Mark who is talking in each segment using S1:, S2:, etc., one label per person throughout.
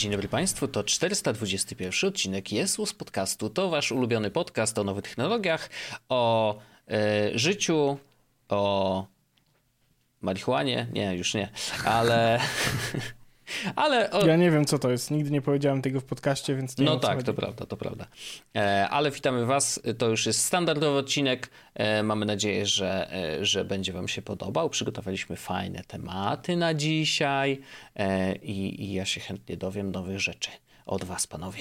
S1: Dzień dobry Państwu, to 421 odcinek Jesus Podcastu. To wasz ulubiony podcast o nowych technologiach, o życiu, o marihuanie. Nie, już nie, ale...
S2: Ja nie wiem, co to jest. Nigdy nie powiedziałem tego w podcaście, więc nie wiem,
S1: tak, to prawda. Ale witamy was. To już jest standardowy odcinek. Mamy nadzieję, że będzie wam się podobał. Przygotowaliśmy fajne tematy na dzisiaj i ja się chętnie dowiem nowych rzeczy od was, panowie.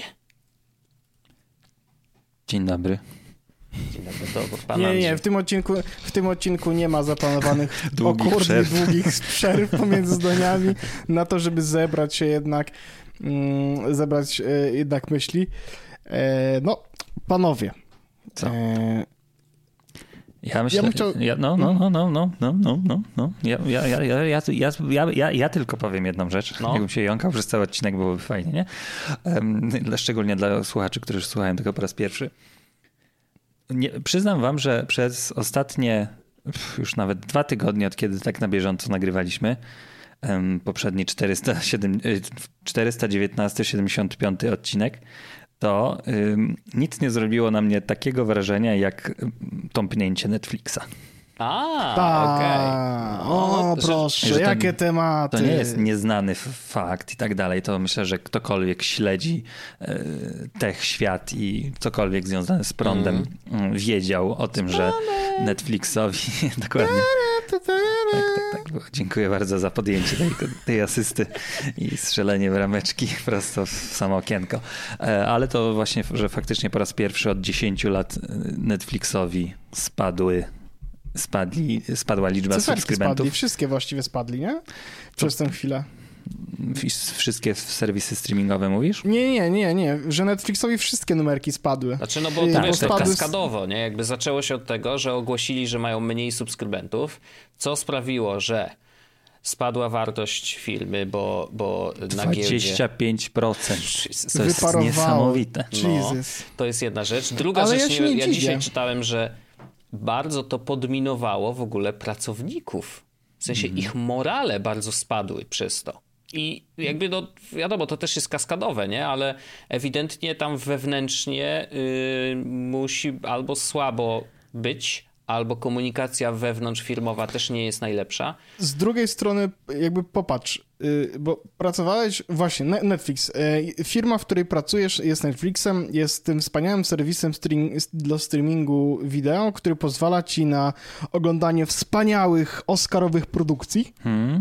S3: Dzień dobry.
S1: Dzień dobry, to pan
S2: Nie, w tym odcinku nie ma zaplanowanych długich przerw pomiędzy zdaniami na to, żeby zebrać jednak myśli. No, panowie.
S3: Co? Ja myślę, ja tylko powiem jedną rzecz. Jakbym się jąkał przez cały odcinek, byłoby fajnie, nie? Szczególnie dla słuchaczy, którzy słuchają tego po raz pierwszy. Przyznam wam, że przez ostatnie już nawet 2 tygodnie, od kiedy tak na bieżąco nagrywaliśmy poprzedni 419-75 odcinek, to nic nie zrobiło na mnie takiego wrażenia jak tąpnięcie Netflixa.
S1: Okej.
S2: O, proszę, jakie tematy.
S3: To nie jest nieznany fakt i tak dalej. To myślę, że ktokolwiek śledzi tech świat i cokolwiek związane z prądem wiedział o tym, że Netflixowi... Dokładnie. Tak. Dziękuję bardzo za podjęcie tej asysty i strzelenie brameczki prosto w samo okienko. Ale to właśnie, że faktycznie po raz pierwszy od 10 lat Netflixowi spadła liczba subskrybentów.
S2: Wszystkie właściwie spadli, nie? Przez tę chwilę.
S3: Wszystkie serwisy streamingowe mówisz?
S2: Nie, że Netflixowi wszystkie numerki spadły.
S1: Znaczy, no bo wiesz, to kaskadowo, nie? Jakby zaczęło się od tego, że ogłosili, że mają mniej subskrybentów, co sprawiło, że spadła wartość firmy, bo na giełdzie...
S3: 25%. To jest niesamowite.
S1: To jest jedna rzecz. Druga rzecz, ja dzisiaj czytałem, że bardzo to podminowało w ogóle pracowników. W sensie ich morale bardzo spadły przez to. I jakby, no wiadomo, to też jest kaskadowe, nie? Ale ewidentnie tam wewnętrznie musi albo słabo być, albo komunikacja wewnątrzfirmowa też nie jest najlepsza.
S2: Z drugiej strony, jakby popatrz, bo pracowałeś, właśnie, Netflix, firma, w której pracujesz jest Netflixem, jest tym wspaniałym serwisem do streamingu wideo, który pozwala ci na oglądanie wspaniałych oscarowych produkcji.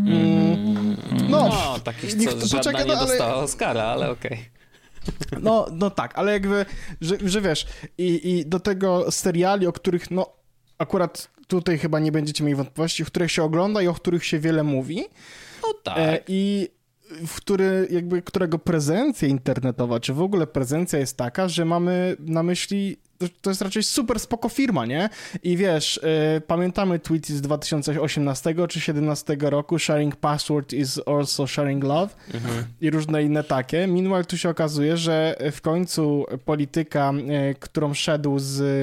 S1: Takich, co żadna nie dostała Oscara, ale okej.
S2: No tak, ale jakby, że wiesz, i do tego seriali, o których, akurat tutaj chyba nie będziecie mieli wątpliwości, w których się ogląda i o których się wiele mówi.
S1: No tak.
S2: I którego prezencja internetowa, czy w ogóle prezencja jest taka, że mamy na myśli, to jest raczej super spoko firma, nie? I wiesz, pamiętamy tweety z 2018 czy 2017 roku, sharing password is also sharing love i różne inne takie. Meanwhile tu się okazuje, że w końcu polityka, którą szedł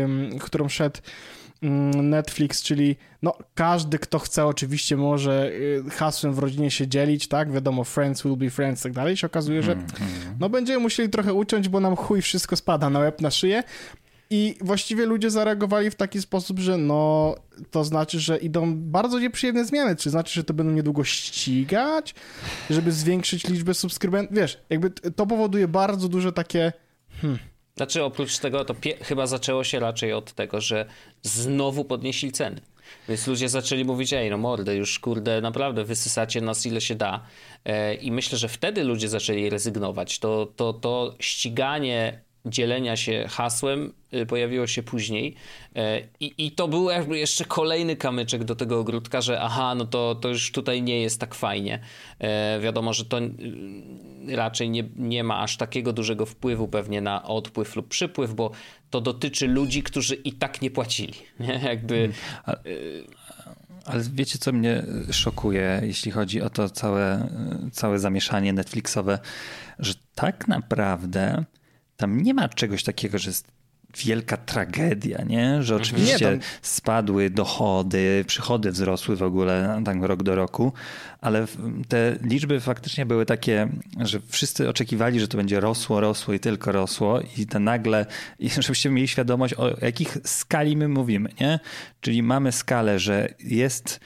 S2: Netflix, czyli każdy, kto chce, oczywiście może hasłem w rodzinie się dzielić, tak? Wiadomo, friends will be friends i tak dalej. Się okazuje, że będziemy musieli trochę uciąć, bo nam chuj wszystko spada na łeb, na szyję. I właściwie ludzie zareagowali w taki sposób, że to znaczy, że idą bardzo nieprzyjemne zmiany. Czy znaczy, że to będą niedługo ścigać, żeby zwiększyć liczbę subskrybentów? Wiesz, jakby to powoduje bardzo duże takie...
S1: Znaczy, oprócz tego, to chyba zaczęło się raczej od tego, że znowu podnieśli ceny. Więc ludzie zaczęli mówić, mordę, już kurde, naprawdę wysysacie nas ile się da. I myślę, że wtedy ludzie zaczęli rezygnować. To ściganie dzielenia się hasłem pojawiło się później i to był jakby jeszcze kolejny kamyczek do tego ogródka, że to już tutaj nie jest tak fajnie. Wiadomo, że to raczej nie ma aż takiego dużego wpływu pewnie na odpływ lub przypływ, bo to dotyczy ludzi, którzy i tak nie płacili. Nie? Jakby...
S3: Ale wiecie, co mnie szokuje, jeśli chodzi o to całe zamieszanie Netflixowe, że tak naprawdę tam nie ma czegoś takiego, że jest wielka tragedia, nie? Że oczywiście
S2: Nie,
S3: spadły dochody, przychody wzrosły w ogóle tak rok do roku, ale te liczby faktycznie były takie, że wszyscy oczekiwali, że to będzie rosło i tylko rosło i to nagle, żebyście mieli świadomość, o jakich skali my mówimy, nie? Czyli mamy skalę, że jest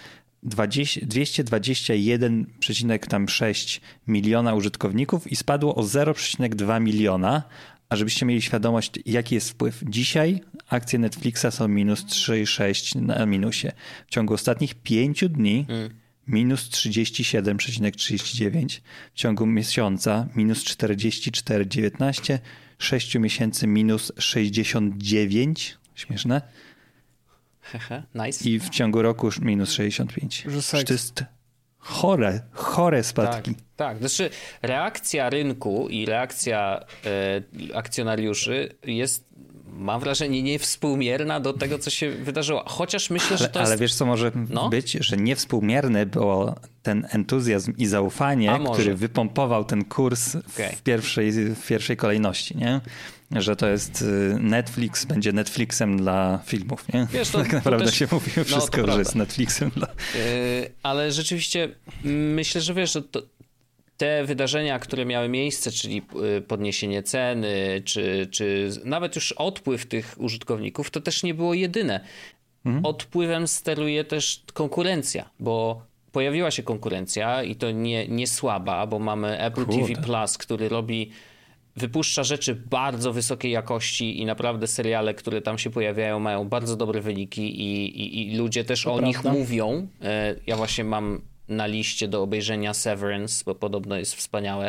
S3: 221,6 miliona użytkowników i spadło o 0,2 miliona. A żebyście mieli świadomość, jaki jest wpływ. Dzisiaj akcje Netflixa są minus 3,6 na minusie. W ciągu ostatnich 5 dni minus 37,39. W ciągu miesiąca minus 44,19. 6 miesięcy minus 69. Śmieszne.
S1: Nice.
S3: I w ciągu roku minus 65. To jest chore spadki.
S1: Tak. Znaczy reakcja rynku i reakcja akcjonariuszy jest, mam wrażenie, niewspółmierna do tego, co się wydarzyło. Chociaż myślę, że to jest...
S3: Ale wiesz, co może być? Że niewspółmierne było ten entuzjazm i zaufanie, który wypompował ten kurs w pierwszej kolejności, nie? Że to jest Netflix, będzie Netflixem dla filmów, nie? Wiesz, tak naprawdę też, się mówi wszystko, że jest Netflixem dla...
S1: Ale rzeczywiście myślę, że wiesz, że te wydarzenia, które miały miejsce, czyli podniesienie ceny, czy nawet już odpływ tych użytkowników, to też nie było jedyne. Odpływem steruje też konkurencja, bo pojawiła się konkurencja i to nie słaba, bo mamy Apple TV Plus, który wypuszcza rzeczy bardzo wysokiej jakości i naprawdę seriale, które tam się pojawiają, mają bardzo dobre wyniki i ludzie też o nich mówią. Ja właśnie mam na liście do obejrzenia Severance, bo podobno jest wspaniałe.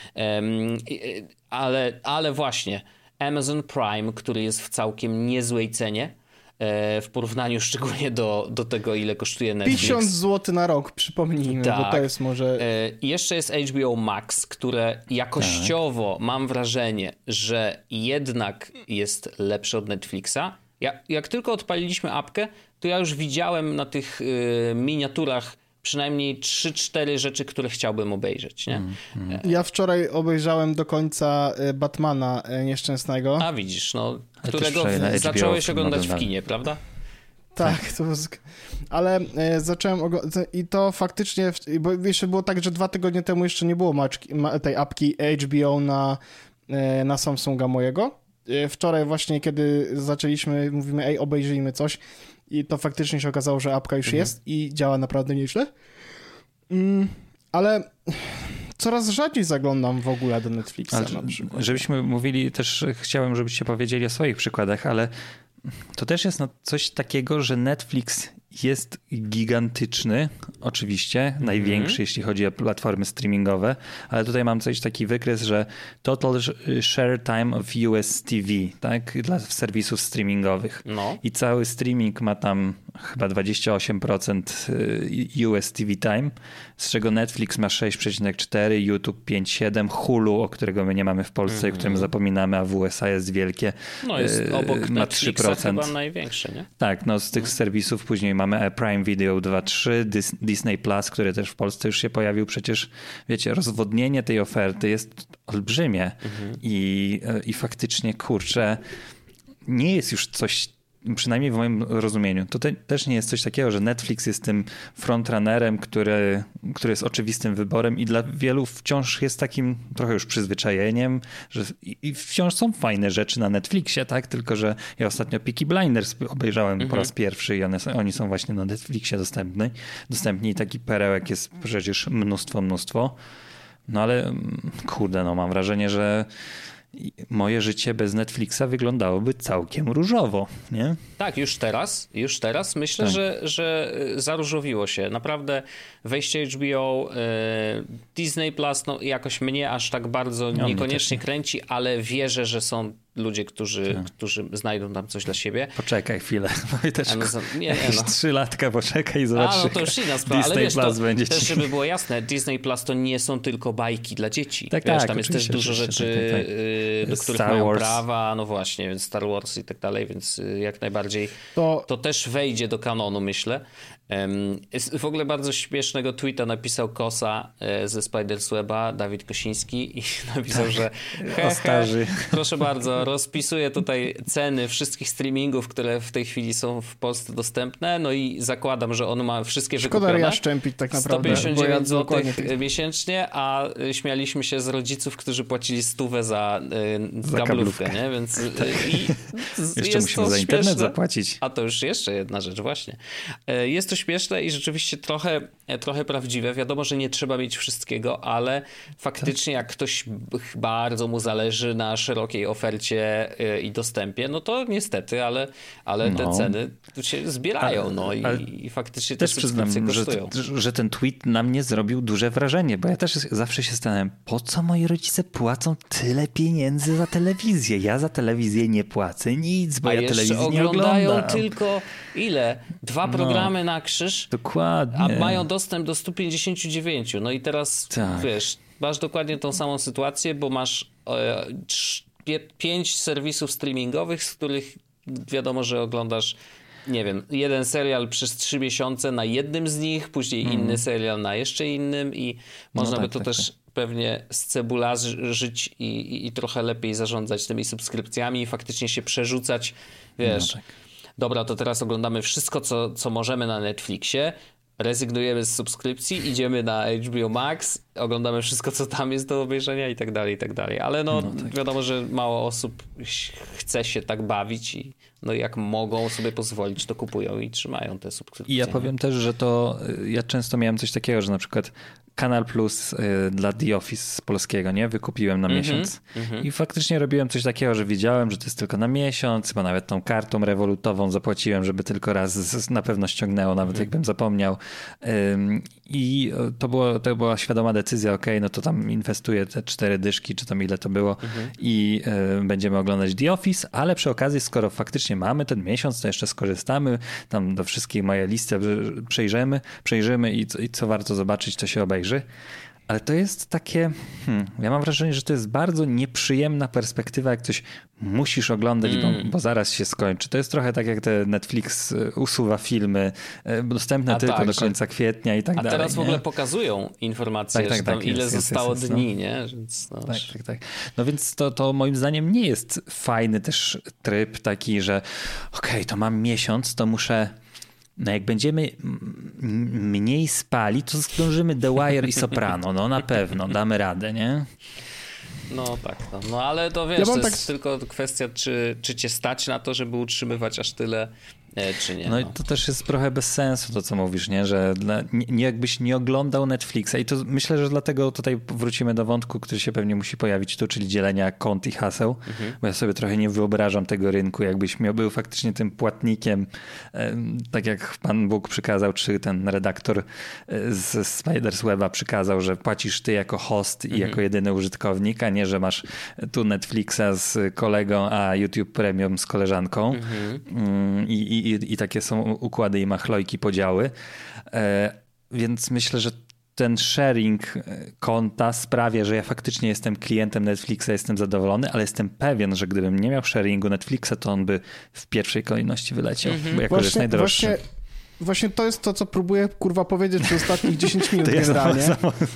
S1: Ale właśnie Amazon Prime, który jest w całkiem niezłej cenie, w porównaniu szczególnie do tego, ile kosztuje Netflix.
S2: 1000 zł na rok, przypomnijmy, bo to jest może...
S1: Jeszcze jest HBO Max, które jakościowo mam wrażenie, że jednak jest lepsze od Netflixa. Jak tylko odpaliliśmy apkę, to ja już widziałem na tych miniaturach przynajmniej 3-4 rzeczy, które chciałbym obejrzeć, nie?
S2: Ja wczoraj obejrzałem do końca Batmana Nieszczęsnego.
S1: A widzisz, którego zacząłeś oglądać w kinie, prawda?
S2: Tak, ale zacząłem oglądać i to faktycznie, bo jeszcze było tak, że 2 tygodnie temu jeszcze nie było tej apki HBO na Samsunga mojego. Wczoraj właśnie, kiedy zaczęliśmy, mówimy, obejrzyjmy coś, i to faktycznie się okazało, że apka już jest i działa naprawdę nieźle. Ale coraz rzadziej zaglądam w ogóle do Netflixa na przykład.
S3: Żebyśmy mówili też, chciałem, żebyście powiedzieli o swoich przykładach, ale to też jest coś takiego, że Netflix jest gigantyczny, oczywiście, największy, jeśli chodzi o platformy streamingowe, ale tutaj mam taki wykres, że total share time of US TV, tak, dla serwisów streamingowych. I cały streaming ma tam chyba 28% US TV time, z czego Netflix ma 6,4, YouTube 5,7, Hulu, o którego my nie mamy w Polsce, o którym zapominamy, a w USA jest wielkie,
S1: jest obok
S3: ma
S1: Netflixa
S3: 3%.
S1: chyba największe, nie?
S3: Tak, z tych serwisów później mamy Prime Video 2.3, Disney Plus, który też w Polsce już się pojawił. Przecież, wiecie, rozwodnienie tej oferty jest olbrzymie i faktycznie, kurczę, nie jest już coś, przynajmniej w moim rozumieniu, to też nie jest coś takiego, że Netflix jest tym frontrunnerem, który jest oczywistym wyborem i dla wielu wciąż jest takim trochę już przyzwyczajeniem, że i wciąż są fajne rzeczy na Netflixie, tak? Tylko że ja ostatnio Peaky Blinders obejrzałem po raz pierwszy i oni są właśnie na Netflixie dostępni i taki perełek jest przecież mnóstwo. No ale kurde, mam wrażenie, że moje życie bez Netflixa wyglądałoby całkiem różowo, nie?
S1: Tak, już teraz myślę, że zaróżowiło się. Naprawdę wejście HBO, Disney Plus, jakoś mnie aż tak bardzo niekoniecznie kręci, ale wierzę, że są ludzie, którzy znajdą tam coś dla siebie.
S3: Poczekaj chwilę. Jakieś 3 latka poczekaj i zobacz.
S1: To już inna sprawa, ale wiesz, też żeby było jasne, Disney Plus to nie są tylko bajki dla dzieci. Tam jest też dużo rzeczy, do których mają prawa, Star Wars i tak dalej, więc jak najbardziej to też wejdzie do kanonu, myślę. W ogóle bardzo śmiesznego tweeta napisał Kosa ze Spidersweba, Dawid Kosiński, i napisał, że proszę bardzo, rozpisuję tutaj ceny wszystkich streamingów, które w tej chwili są w Polsce dostępne, no i zakładam, że on ma wszystkie wykupione.
S2: Szkoda szczępić tak naprawdę.
S1: 159 zł miesięcznie, a śmialiśmy się z rodziców, którzy płacili 100 za kablówkę, nie? Więc
S3: jeszcze musimy za internet zapłacić.
S1: A to już jeszcze jedna rzecz, właśnie. Jest to śmieszne i rzeczywiście trochę prawdziwe. Wiadomo, że nie trzeba mieć wszystkiego, ale faktycznie jak ktoś bardzo mu zależy na szerokiej ofercie i dostępie, no to niestety, ale te ceny się zbierają, i faktycznie
S3: też przyznam, że ten tweet na mnie zrobił duże wrażenie, bo ja też zawsze się zastanawiam, po co moi rodzice płacą tyle pieniędzy za telewizję? Ja za telewizję nie płacę nic, bo ja telewizji nie oglądam.
S1: Oglądają tylko ile? 2 programy na krzyż?
S3: Dokładnie.
S1: A mają dostęp do 159. No i teraz wiesz, masz dokładnie tą samą sytuację, bo masz 5 serwisów streamingowych, z których wiadomo, że oglądasz, nie wiem, jeden serial przez 3 miesiące na jednym z nich, później inny serial na jeszcze innym i można by to też pewnie żyć i trochę lepiej zarządzać tymi subskrypcjami i faktycznie się przerzucać, wiesz, dobra, to teraz oglądamy wszystko, co możemy na Netflixie, rezygnujemy z subskrypcji, idziemy na HBO Max, oglądamy wszystko, co tam jest do obejrzenia i tak dalej, i tak dalej. Ale wiadomo, że mało osób chce się tak bawić i jak mogą sobie pozwolić, to kupują i trzymają te subskrypcje.
S3: I ja powiem też, że ja często miałem coś takiego, że na przykład Kanal Plus dla The Office z polskiego, nie? Wykupiłem na miesiąc. I faktycznie robiłem coś takiego, że wiedziałem, że to jest tylko na miesiąc, bo nawet tą kartą rewolutową zapłaciłem, żeby tylko raz na pewno ściągnęło, nawet jakbym zapomniał. I to była świadoma decyzja, no to tam inwestuję te 4 dyszki, czy tam ile to było i będziemy oglądać The Office, ale przy okazji, skoro faktycznie mamy ten miesiąc, to jeszcze skorzystamy, tam do wszystkich moje listy przejrzymy i co warto zobaczyć, to się obejrzy. Ale to jest takie, ja mam wrażenie, że to jest bardzo nieprzyjemna perspektywa, jak coś musisz oglądać, bo zaraz się skończy. To jest trochę tak, jak te Netflix usuwa filmy dostępne tylko do końca kwietnia i tak dalej. A
S1: teraz w ogóle pokazują informacje, że tam ile zostało dni, nie? Więc
S3: tak. No więc to moim zdaniem nie jest fajny też tryb taki, że to mam miesiąc, to muszę... jak będziemy mniej spali, to zdążymy The Wire i Soprano. Na pewno, damy radę, nie?
S1: No tak, ale to wiesz, to jest tylko kwestia, czy cię stać na to, żeby utrzymywać aż tyle, czy nie.
S3: No i to też jest trochę bez sensu to, co mówisz, nie? Że jakbyś nie oglądał Netflixa i to myślę, że dlatego tutaj wrócimy do wątku, który się pewnie musi pojawić tu, czyli dzielenia kont i haseł, bo ja sobie trochę nie wyobrażam tego rynku, jakbyś był faktycznie tym płatnikiem, tak jak Pan Bóg przykazał, czy ten redaktor z Spidersweba przykazał, że płacisz ty jako host i jako jedyny użytkownik, a nie, że masz tu Netflixa z kolegą, a YouTube Premium z koleżanką i takie są układy i machlojki, podziały. Więc myślę, że ten sharing konta sprawia, że ja faktycznie jestem klientem Netflixa, jestem zadowolony, ale jestem pewien, że gdybym nie miał sharingu Netflixa, to on by w pierwszej kolejności wyleciał, bo jako jest najdroższy.
S2: Właśnie to jest to, co próbuję powiedzieć przez ostatnich 10 minut generalnie.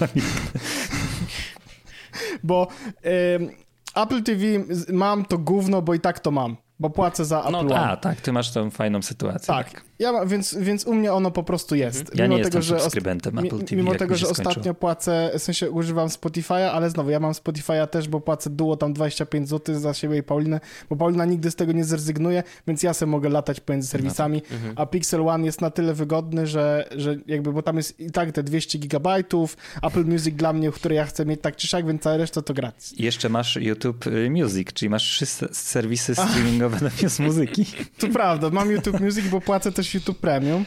S2: Bo Apple TV mam to gówno, bo i tak to mam. Bo płacę za Apple One.
S3: Tak, ty masz tą fajną sytuację.
S2: Tak. Więc u mnie ono po prostu jest.
S3: Ja nie jestem subskrybentem Apple TV.
S2: Mimo tego, że ostatnio płacę, w sensie używam Spotify'a, ale znowu ja mam Spotify'a też, bo płacę duo tam 25 zł za siebie i Paulinę, bo Paulina nigdy z tego nie zrezygnuje, więc ja sobie mogę latać pomiędzy serwisami, a Pixel One jest na tyle wygodny, że jakby, bo tam jest i tak te 200 gigabajtów, Apple Music dla mnie, w której ja chcę mieć tak czy siak, więc cała reszta to gratis.
S3: I jeszcze masz YouTube Music, czyli masz 3 serwisy streamingowe na muzyki.
S2: To prawda, mam YouTube Music, bo płacę też YouTube Premium.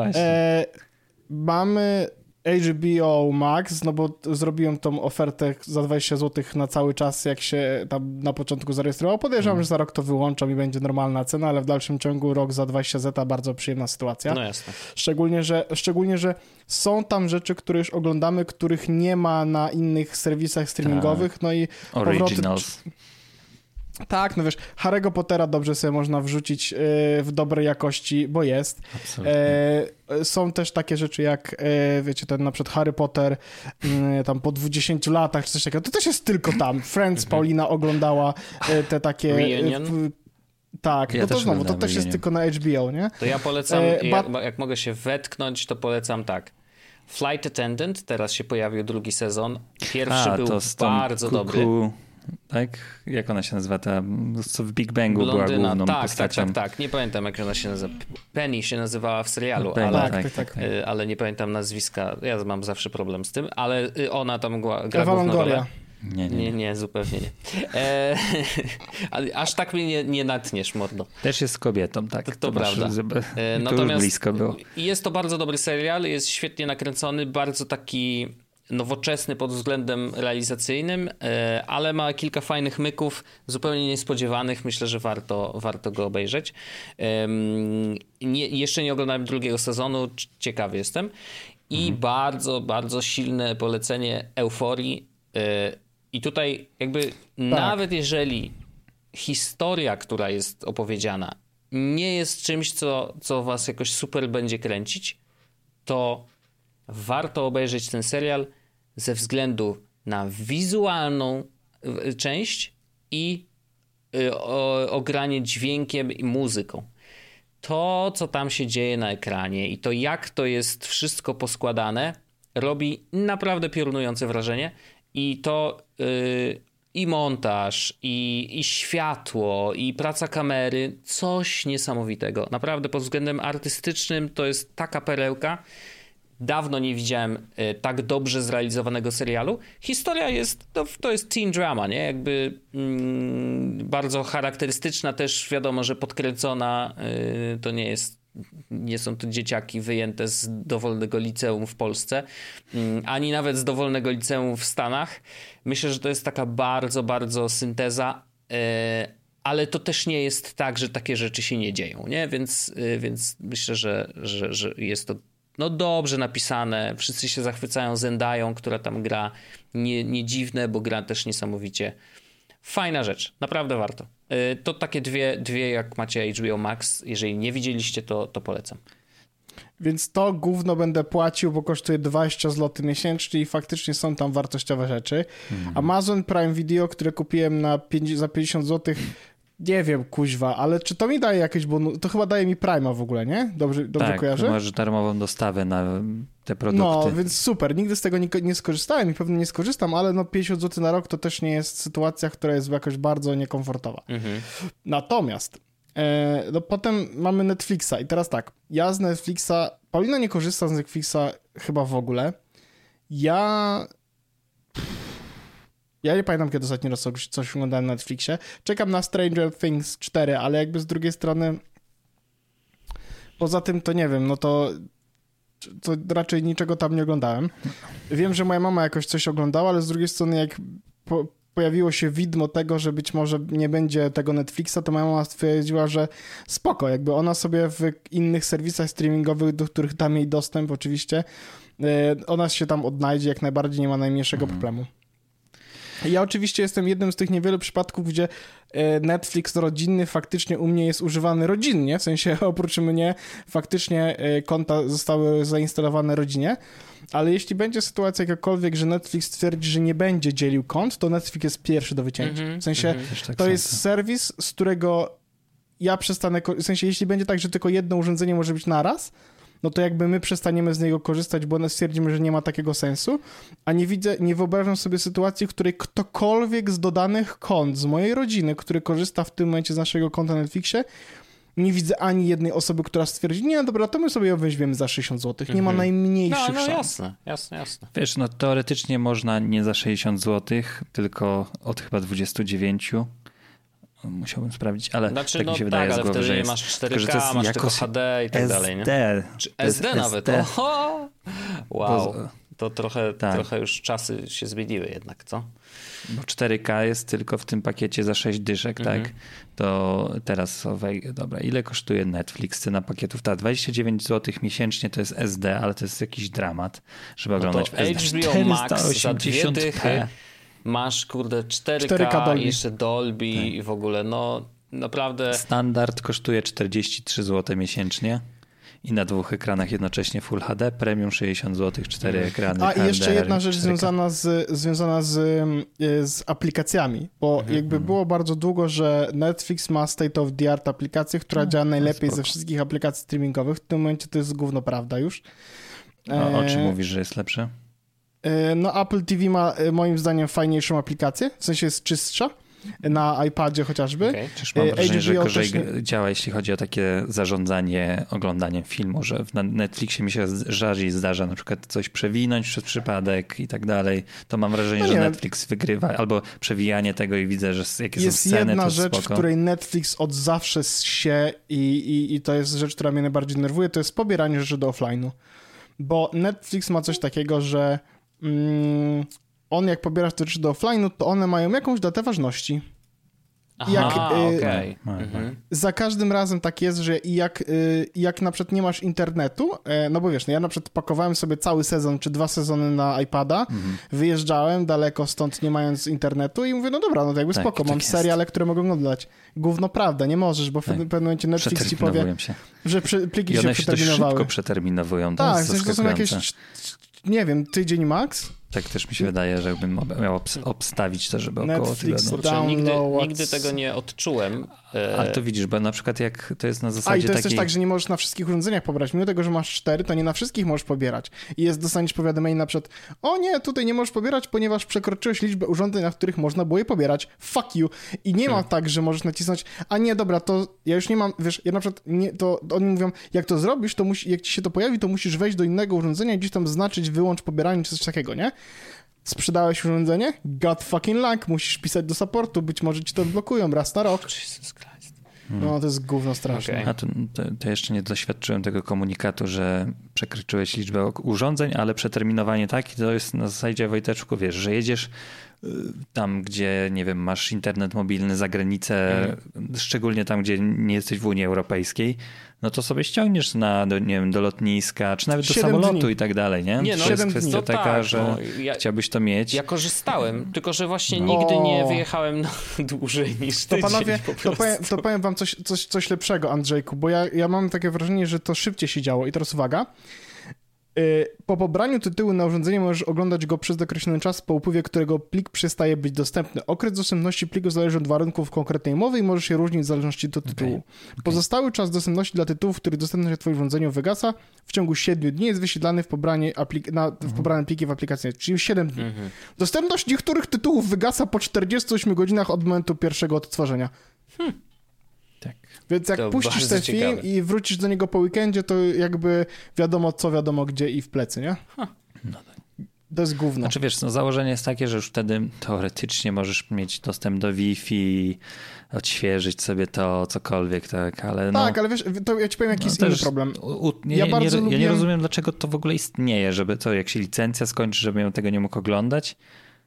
S2: Mamy HBO Max, no bo zrobiłem tą ofertę za 20 zł na cały czas, jak się tam na początku zarejestrował. Podejrzewam, że za rok to wyłączam i będzie normalna cena, ale w dalszym ciągu rok za 20 zł bardzo przyjemna sytuacja.
S1: No jasne.
S2: Szczególnie, że są tam rzeczy, które już oglądamy, których nie ma na innych serwisach streamingowych, no i
S3: Originals.
S2: Tak, no wiesz, Harry'ego Pottera dobrze sobie można wrzucić w dobrej jakości, bo jest. Są też takie rzeczy jak, wiecie, ten na przykład Harry Potter tam po 20 latach czy coś takiego, to też jest tylko tam. Friends, Paulina oglądała te takie...
S1: Reunion?
S2: Tak,
S3: Ja
S2: no to
S3: też
S2: znowu, to
S3: oglądam
S2: też jest
S3: Reunion.
S2: tylko na HBO, nie?
S1: To ja polecam, jak mogę się wetknąć, to polecam tak. Flight Attendant, teraz się pojawił drugi sezon. Pierwszy był bardzo dobry.
S3: Tak? Jak ona się nazywa? Ta, co w Big Bangu
S1: Blondyna.
S3: była główną
S1: Tak,
S3: postacią.
S1: tak. Nie pamiętam, jak ona się nazywa. Penny się nazywała w serialu,
S3: Penny,
S1: ale,
S2: tak.
S1: ale nie pamiętam nazwiska. Ja mam zawsze problem z tym, ale ona tam gra
S2: Ewa
S1: główną
S2: Longoria.
S1: rolę.
S3: Nie.
S1: Nie, zupełnie nie. Ale aż tak mnie nie natniesz, mordo.
S3: Też jest kobietą, tak.
S1: To prawda.
S3: To już blisko było.
S1: Jest to bardzo dobry serial, jest świetnie nakręcony, bardzo taki nowoczesny pod względem realizacyjnym, ale ma kilka fajnych myków, zupełnie niespodziewanych. Myślę, że warto go obejrzeć. Jeszcze nie oglądałem drugiego sezonu, ciekawy jestem. I bardzo, bardzo silne polecenie Euforii. I tutaj jakby nawet jeżeli historia, która jest opowiedziana, nie jest czymś, co was jakoś super będzie kręcić, to warto obejrzeć ten serial ze względu na wizualną część i ogranie dźwiękiem i muzyką. To, co tam się dzieje na ekranie i to, jak to jest wszystko poskładane, robi naprawdę piorunujące wrażenie. I to i montaż, i światło, i praca kamery, coś niesamowitego. Naprawdę pod względem artystycznym to jest taka perełka. Dawno nie widziałem tak dobrze zrealizowanego serialu. Historia jest, to jest teen drama, nie? Jakby bardzo charakterystyczna, też wiadomo, że podkręcona, to nie są to dzieciaki wyjęte z dowolnego liceum w Polsce, ani nawet z dowolnego liceum w Stanach. Myślę, że to jest taka bardzo, bardzo synteza, ale to też nie jest tak, że takie rzeczy się nie dzieją, nie? Więc myślę, że jest to dobrze napisane. Wszyscy się zachwycają Zendają, która tam gra. Nie dziwne, bo gra też niesamowicie. Fajna rzecz, naprawdę warto. To takie dwie jak macie HBO Max. Jeżeli nie widzieliście, to polecam.
S2: Więc to gówno będę płacił, bo kosztuje 20 zł miesięcznie i faktycznie są tam wartościowe rzeczy. Amazon Prime Video, które kupiłem za 50 zł, nie wiem, kuźwa, ale czy to mi daje jakieś bonus? To chyba daje mi Prime'a w ogóle, nie? Dobrze kojarzę?
S3: Tak, masz darmową dostawę na te produkty.
S2: No, więc super. Nigdy z tego nie skorzystałem i pewnie nie skorzystam, ale 50 zł na rok to też nie jest sytuacja, która jest jakoś bardzo niekomfortowa. Natomiast potem mamy Netflixa i teraz tak, ja z Netflixa, Paulina nie korzysta z Netflixa chyba w ogóle. Ja nie pamiętam, kiedy ostatni raz coś oglądałem na Netflixie. Czekam na Stranger Things 4, ale jakby z drugiej strony poza tym to nie wiem, to raczej niczego tam nie oglądałem. Wiem, że moja mama jakoś coś oglądała, ale z drugiej strony jak pojawiło się widmo tego, że być może nie będzie tego Netflixa, to moja mama stwierdziła, że spoko, jakby ona sobie w innych serwisach streamingowych, do których dam jej dostęp oczywiście, ona się tam odnajdzie, jak najbardziej nie ma najmniejszego problemu. Ja oczywiście jestem jednym z tych niewielu przypadków, gdzie Netflix rodzinny faktycznie u mnie jest używany rodzinnie, w sensie oprócz mnie faktycznie konta zostały zainstalowane rodzinie, ale jeśli będzie sytuacja jakakolwiek, że Netflix twierdzi, że nie będzie dzielił kont, to Netflix jest pierwszy do wycięcia. W sensie to jest serwis, z którego ja przestanę, w sensie jeśli będzie tak, że tylko jedno urządzenie może być naraz, no to jakby my przestaniemy z niego korzystać, bo stwierdzimy, że nie ma takiego sensu, a nie wyobrażam sobie sytuacji, w której ktokolwiek z dodanych kont z mojej rodziny, który korzysta w tym momencie z naszego konta na Netflixie, nie widzę ani jednej osoby, która stwierdzi, nie, dobra, to my sobie ją weźmiemy za 60 zł. Nie ma najmniejszych szans.
S3: Jasne. Wiesz, teoretycznie można nie za 60 zł, tylko od chyba 29. Musiałbym sprawdzić, ale tak mi się wydaje z głowy, że jest...
S1: masz 4K, masz tylko HD i tak dalej, nie? Czy SD nawet? Oho! Wow, to trochę już czasy się zmieniły jednak, co?
S3: Bo 4K jest tylko w tym pakiecie za 6 dyszek, tak? To teraz, dobra, ile kosztuje Netflix? Cena pakietów, 29 zł miesięcznie to jest SD, ale to jest jakiś dramat, żeby oglądać w SD.
S1: HBO Max za 2 dychy masz, kurde, 4K,
S2: 4K Dolby.
S1: i jeszcze Dolby i w ogóle, no naprawdę...
S3: Standard kosztuje 43 zł miesięcznie i na 2 ekranach jednocześnie Full HD, Premium 60 zł, 4 ekrany.
S2: A i jeszcze
S3: HDR,
S2: jedna rzecz
S3: 4K.
S2: związana z aplikacjami, bo jakby było bardzo długo, że Netflix ma state of the art aplikację, która działa najlepiej ze wszystkich aplikacji streamingowych. W tym momencie to jest gówno prawda już.
S3: O czym mówisz, że jest lepsze?
S2: No Apple TV ma moim zdaniem fajniejszą aplikację, w sensie jest czystsza. Na iPadzie chociażby.
S1: Okay.
S3: Czyż mam wrażenie, że
S2: HBO
S3: gorzej
S2: też
S3: działa, jeśli chodzi o takie zarządzanie oglądaniem filmu, że na Netflixie mi się rzadziej zdarza na przykład coś przewinąć przez przypadek i tak dalej. To mam wrażenie, że Netflix wygrywa, albo przewijanie tego i widzę, że jakie są sceny,
S2: jest jedna
S3: to
S2: rzecz,
S3: spoko.
S2: w której Netflix od zawsze się i to jest rzecz, która mnie najbardziej denerwuje, to jest pobieranie rzeczy do offline'u. Bo Netflix ma coś takiego, że on jak pobierasz te rzeczy do offline'u, to one mają jakąś datę ważności.
S1: Okej.
S2: Za każdym razem tak jest, że jak na przykład nie masz internetu, no bo wiesz, no ja na przykład pakowałem sobie cały sezon czy 2 sezony na iPada, wyjeżdżałem daleko stąd nie mając internetu i mówię, no dobra, no to jakby
S3: tak,
S2: spoko,
S3: tak
S2: mam
S3: jest.
S2: seriale, które mogę oglądać. Gówno prawda, nie możesz, bo w pewnym momencie Netflix ci powie,
S3: się.
S2: że pliki
S3: I
S2: się
S3: one się dość
S2: przeterminowały.
S3: szybko przeterminowują. To
S2: Tak,
S3: jest
S2: w sensie to są jakieś,
S3: zaskakujące.
S2: nie wiem, tydzień max?
S3: Tak też mi się wydaje, że jakbym miał obstawić to, żeby około
S2: Netflix
S3: tygodnia.
S1: Kurczę, nigdy tego nie odczułem.
S3: Ale to widzisz, bo na przykład jak to jest na zasadzie
S2: i to jest
S3: takiej...
S2: też tak, że nie możesz na wszystkich urządzeniach pobrać. Mimo tego, że masz 4, to nie na wszystkich możesz pobierać. I dostaniesz powiadomienie na przykład, o nie, tutaj nie możesz pobierać, ponieważ przekroczyłeś liczbę urządzeń, na których można było je pobierać. Fuck you. I nie ma tak, że możesz nacisnąć, a nie, dobra, to ja już nie mam, wiesz, ja na przykład, nie, to oni mówią, jak to zrobisz, to jak ci się to pojawi, to musisz wejść do innego urządzenia i gdzieś tam zaznaczyć wyłącz pobieranie czy coś takiego, nie? Sprzedałeś urządzenie? God fucking luck, musisz pisać do supportu, być może ci to blokują raz na rok.
S1: Jesus Christ.
S2: No, to jest gówno straszne.
S1: Okay.
S3: A to jeszcze nie doświadczyłem tego komunikatu, że przekroczyłeś liczbę urządzeń, ale przeterminowanie tak, to jest na zasadzie, Wojteczku, wiesz, że jedziesz tam, gdzie, nie wiem, masz internet mobilny za granicę, szczególnie tam, gdzie nie jesteś w Unii Europejskiej, no to sobie ściągniesz do lotniska, czy nawet do samolotu
S2: dni.
S3: i tak dalej, nie?
S1: Nie, no,
S3: to jest
S2: 7
S3: kwestia
S2: dni.
S3: taka,
S1: tak,
S3: że chciałbyś to mieć.
S1: Ja korzystałem, tylko że właśnie nigdy nie wyjechałem na dłużej niż
S2: To
S1: tydzień.
S2: panowie,
S1: po prostu.
S2: to powiem wam coś lepszego, Andrzejku, bo ja mam takie wrażenie, że to szybciej się działo. I teraz uwaga. Po pobraniu tytułu na urządzenie możesz oglądać go przez określony czas, po upływie którego plik przestaje być dostępny. Okres dostępności pliku zależy od warunków konkretnej umowy i może się różnić w zależności od tytułu. Okay. Pozostały czas dostępności dla tytułów, który dostępny na twoim urządzeniu wygasa, w ciągu 7 dni jest wyświetlany w pobrane pliki w aplikacji, czyli 7 dni. Dostępność niektórych tytułów wygasa po 48 godzinach od momentu pierwszego odtworzenia.
S3: Tak.
S2: Więc jak
S1: To
S2: puścisz ten film
S1: ciekawe.
S2: i wrócisz do niego po weekendzie, to jakby wiadomo co, wiadomo gdzie i w plecy, nie?
S3: No tak.
S2: To jest gówno.
S3: Znaczy wiesz, no założenie jest takie, że już wtedy teoretycznie możesz mieć dostęp do Wi-Fi, odświeżyć sobie to, cokolwiek, tak, ale no...
S2: Tak, ale wiesz, to ja ci powiem, jaki jest
S3: też
S2: inny problem.
S3: Ja nie rozumiem, dlaczego to w ogóle istnieje, żeby to, jak się licencja skończy, żebym ja tego nie mógł oglądać.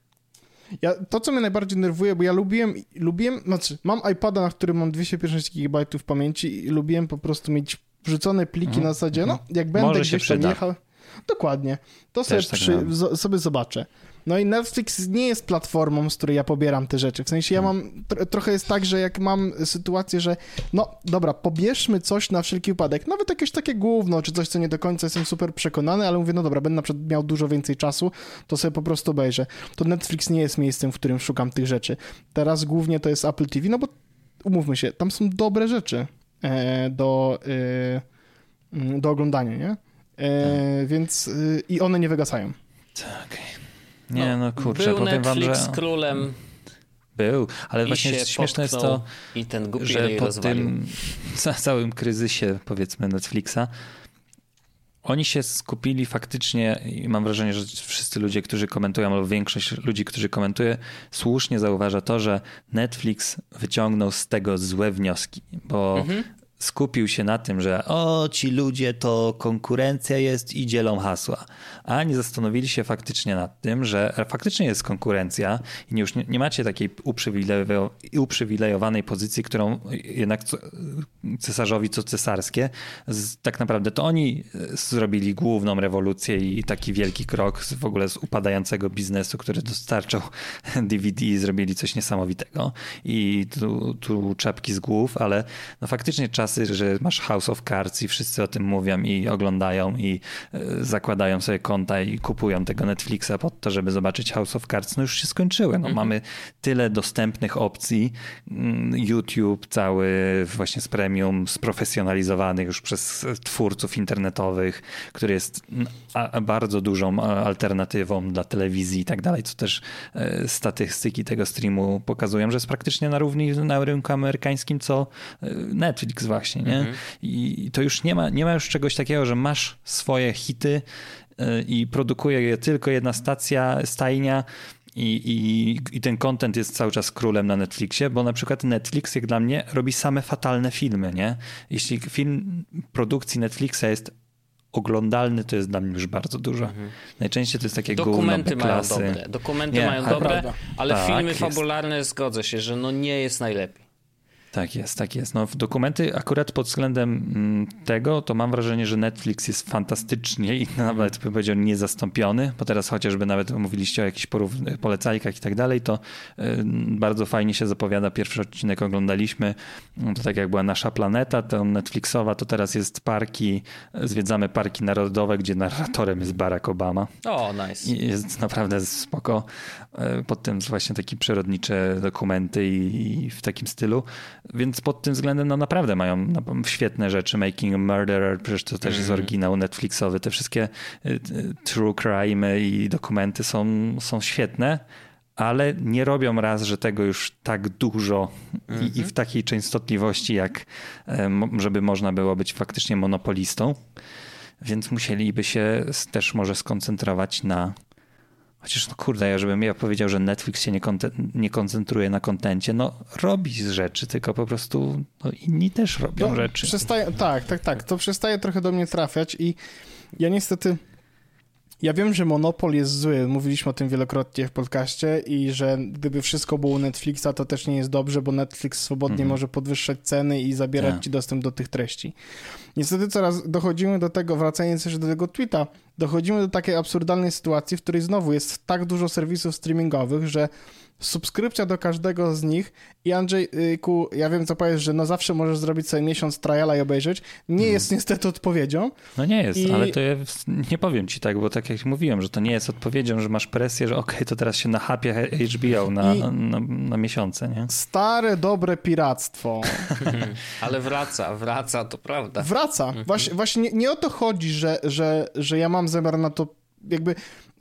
S2: To, co mnie najbardziej nerwuje, bo ja lubiłem, znaczy mam iPada, na którym mam 256 GB pamięci i lubiłem po prostu mieć wrzucone pliki na zasadzie, no jak będę
S3: Może
S2: gdzieś tam jechał, dokładnie, to sobie zobaczę. No i Netflix nie jest platformą, z której ja pobieram te rzeczy. W sensie ja mam, trochę jest tak, że jak mam sytuację, że no dobra, pobierzmy coś na wszelki wypadek, nawet jakieś takie gówno, czy coś, co nie do końca jestem super przekonany, ale mówię, no dobra, będę na przykład miał dużo więcej czasu, to sobie po prostu obejrzę. To Netflix nie jest miejscem, w którym szukam tych rzeczy. Teraz głównie to jest Apple TV, no bo umówmy się, tam są dobre rzeczy do oglądania, nie? Więc i one nie wygasają.
S3: Tak. Nie, no kurczę,
S1: był
S3: powiem
S1: Netflix
S3: wam, że...
S1: królem
S3: Był, ale właśnie śmieszne jest to,
S1: i ten głupi
S3: że po
S1: rozwalił.
S3: tym całym kryzysie, powiedzmy, Netflixa, oni się skupili faktycznie i mam wrażenie, że wszyscy ludzie, którzy komentują, albo większość ludzi, którzy komentuje, słusznie zauważa to, że Netflix wyciągnął z tego złe wnioski, bo skupił się na tym, że ci ludzie to konkurencja jest i dzielą hasła, a nie zastanowili się faktycznie nad tym, że faktycznie jest konkurencja i już nie macie takiej uprzywilejowanej pozycji, którą jednak cesarzowi co cesarskie. Tak naprawdę to oni zrobili główną rewolucję i taki wielki krok w ogóle z upadającego biznesu, który dostarczał DVD, zrobili coś niesamowitego i tu czapki z głów, ale no faktycznie czasy, że masz House of Cards i wszyscy o tym mówią i oglądają i zakładają sobie konta i kupują tego Netflixa pod to, żeby zobaczyć House of Cards, no już się skończyły. No, mamy tyle dostępnych opcji. YouTube cały właśnie z premium, sprofesjonalizowany już przez twórców internetowych, który jest bardzo dużą alternatywą dla telewizji i tak dalej, co też statystyki tego streamu pokazują, że jest praktycznie na równi na rynku amerykańskim, co Netflix właśnie, nie? I to już nie ma już czegoś takiego, że masz swoje hity i produkuje je tylko jedna stajnia i ten content jest cały czas królem na Netflixie, bo na przykład Netflix, jak dla mnie, robi same fatalne filmy, nie? Jeśli film produkcji Netflixa jest oglądalny, to jest dla mnie już bardzo dużo. Najczęściej to jest takie
S1: dokumenty
S3: gówno klasy.
S1: mają dobre. Dokumenty mają dobre, ale
S3: tak,
S1: filmy fabularne zgodzę się, że no nie jest najlepiej.
S3: Tak jest. No, dokumenty akurat pod względem tego, to mam wrażenie, że Netflix jest fantastycznie i nawet bym powiedział niezastąpiony, bo teraz chociażby nawet mówiliście o jakichś polecajkach i tak dalej, to bardzo fajnie się zapowiada. Pierwszy odcinek oglądaliśmy, to tak jak była Nasza Planeta, to Netflixowa, to teraz jest zwiedzamy parki narodowe, gdzie narratorem jest Barack Obama.
S1: O, nice.
S3: I jest naprawdę spoko. Potem właśnie takie przyrodnicze dokumenty i w takim stylu. Więc pod tym względem no naprawdę mają świetne rzeczy. Making a Murderer, przecież to też jest oryginał Netflixowy. Te wszystkie true crime i dokumenty są świetne, ale nie robią raz, że tego już tak dużo i w takiej częstotliwości, jak żeby można było być faktycznie monopolistą. Więc musieliby się też może skoncentrować na... Chociaż no kurde, ja powiedział, że Netflix się nie koncentruje na kontencie, no robi rzeczy, tylko po prostu no, inni też robią rzeczy.
S2: Tak, to przestaje trochę do mnie trafiać i ja niestety, ja wiem, że monopol jest zły, mówiliśmy o tym wielokrotnie w podcaście i że gdyby wszystko było u Netflixa, to też nie jest dobrze, bo Netflix swobodnie może podwyższać ceny i zabierać ci dostęp do tych treści. Niestety coraz dochodzimy do tego, wracając jeszcze do tego tweeta, dochodzimy do takiej absurdalnej sytuacji, w której znowu jest tak dużo serwisów streamingowych, że subskrypcja do każdego z nich i Andrzejku, ja wiem co powiesz, że no zawsze możesz zrobić sobie miesiąc triala i obejrzeć, nie jest niestety odpowiedzią.
S3: No nie jest, ale to ja nie powiem ci tak, bo tak jak mówiłem, że to nie jest odpowiedzią, że masz presję, że okej, to teraz się nachapie HBO na miesiące, nie?
S2: Stare, dobre piractwo.
S1: Ale wraca, to prawda.
S2: Wraca. Właśnie nie o to chodzi, że ja mam zamiar na to jakby...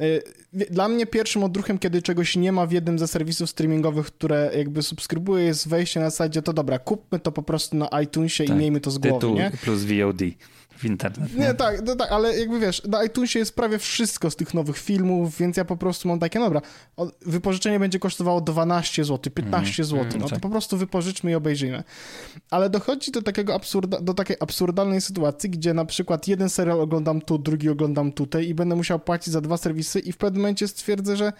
S2: Dla mnie pierwszym odruchem, kiedy czegoś nie ma w jednym ze serwisów streamingowych, które jakby subskrybuję, jest wejście na zasadzie, to dobra, kupmy to po prostu na iTunesie i miejmy to z głowy,
S3: tytuł
S2: nie?
S3: plus VOD w internet.
S2: Nie, tak, ale jakby wiesz, na iTunesie jest prawie wszystko z tych nowych filmów, więc ja po prostu mam takie, dobra, wypożyczenie będzie kosztowało 12 zł, 15 zł, no to po prostu wypożyczmy i obejrzyjmy. Ale dochodzi do takiej absurdalnej sytuacji, gdzie na przykład jeden serial oglądam tu, drugi oglądam tutaj i będę musiał płacić za 2 serwisy i w pewnym momencie stwierdzę, że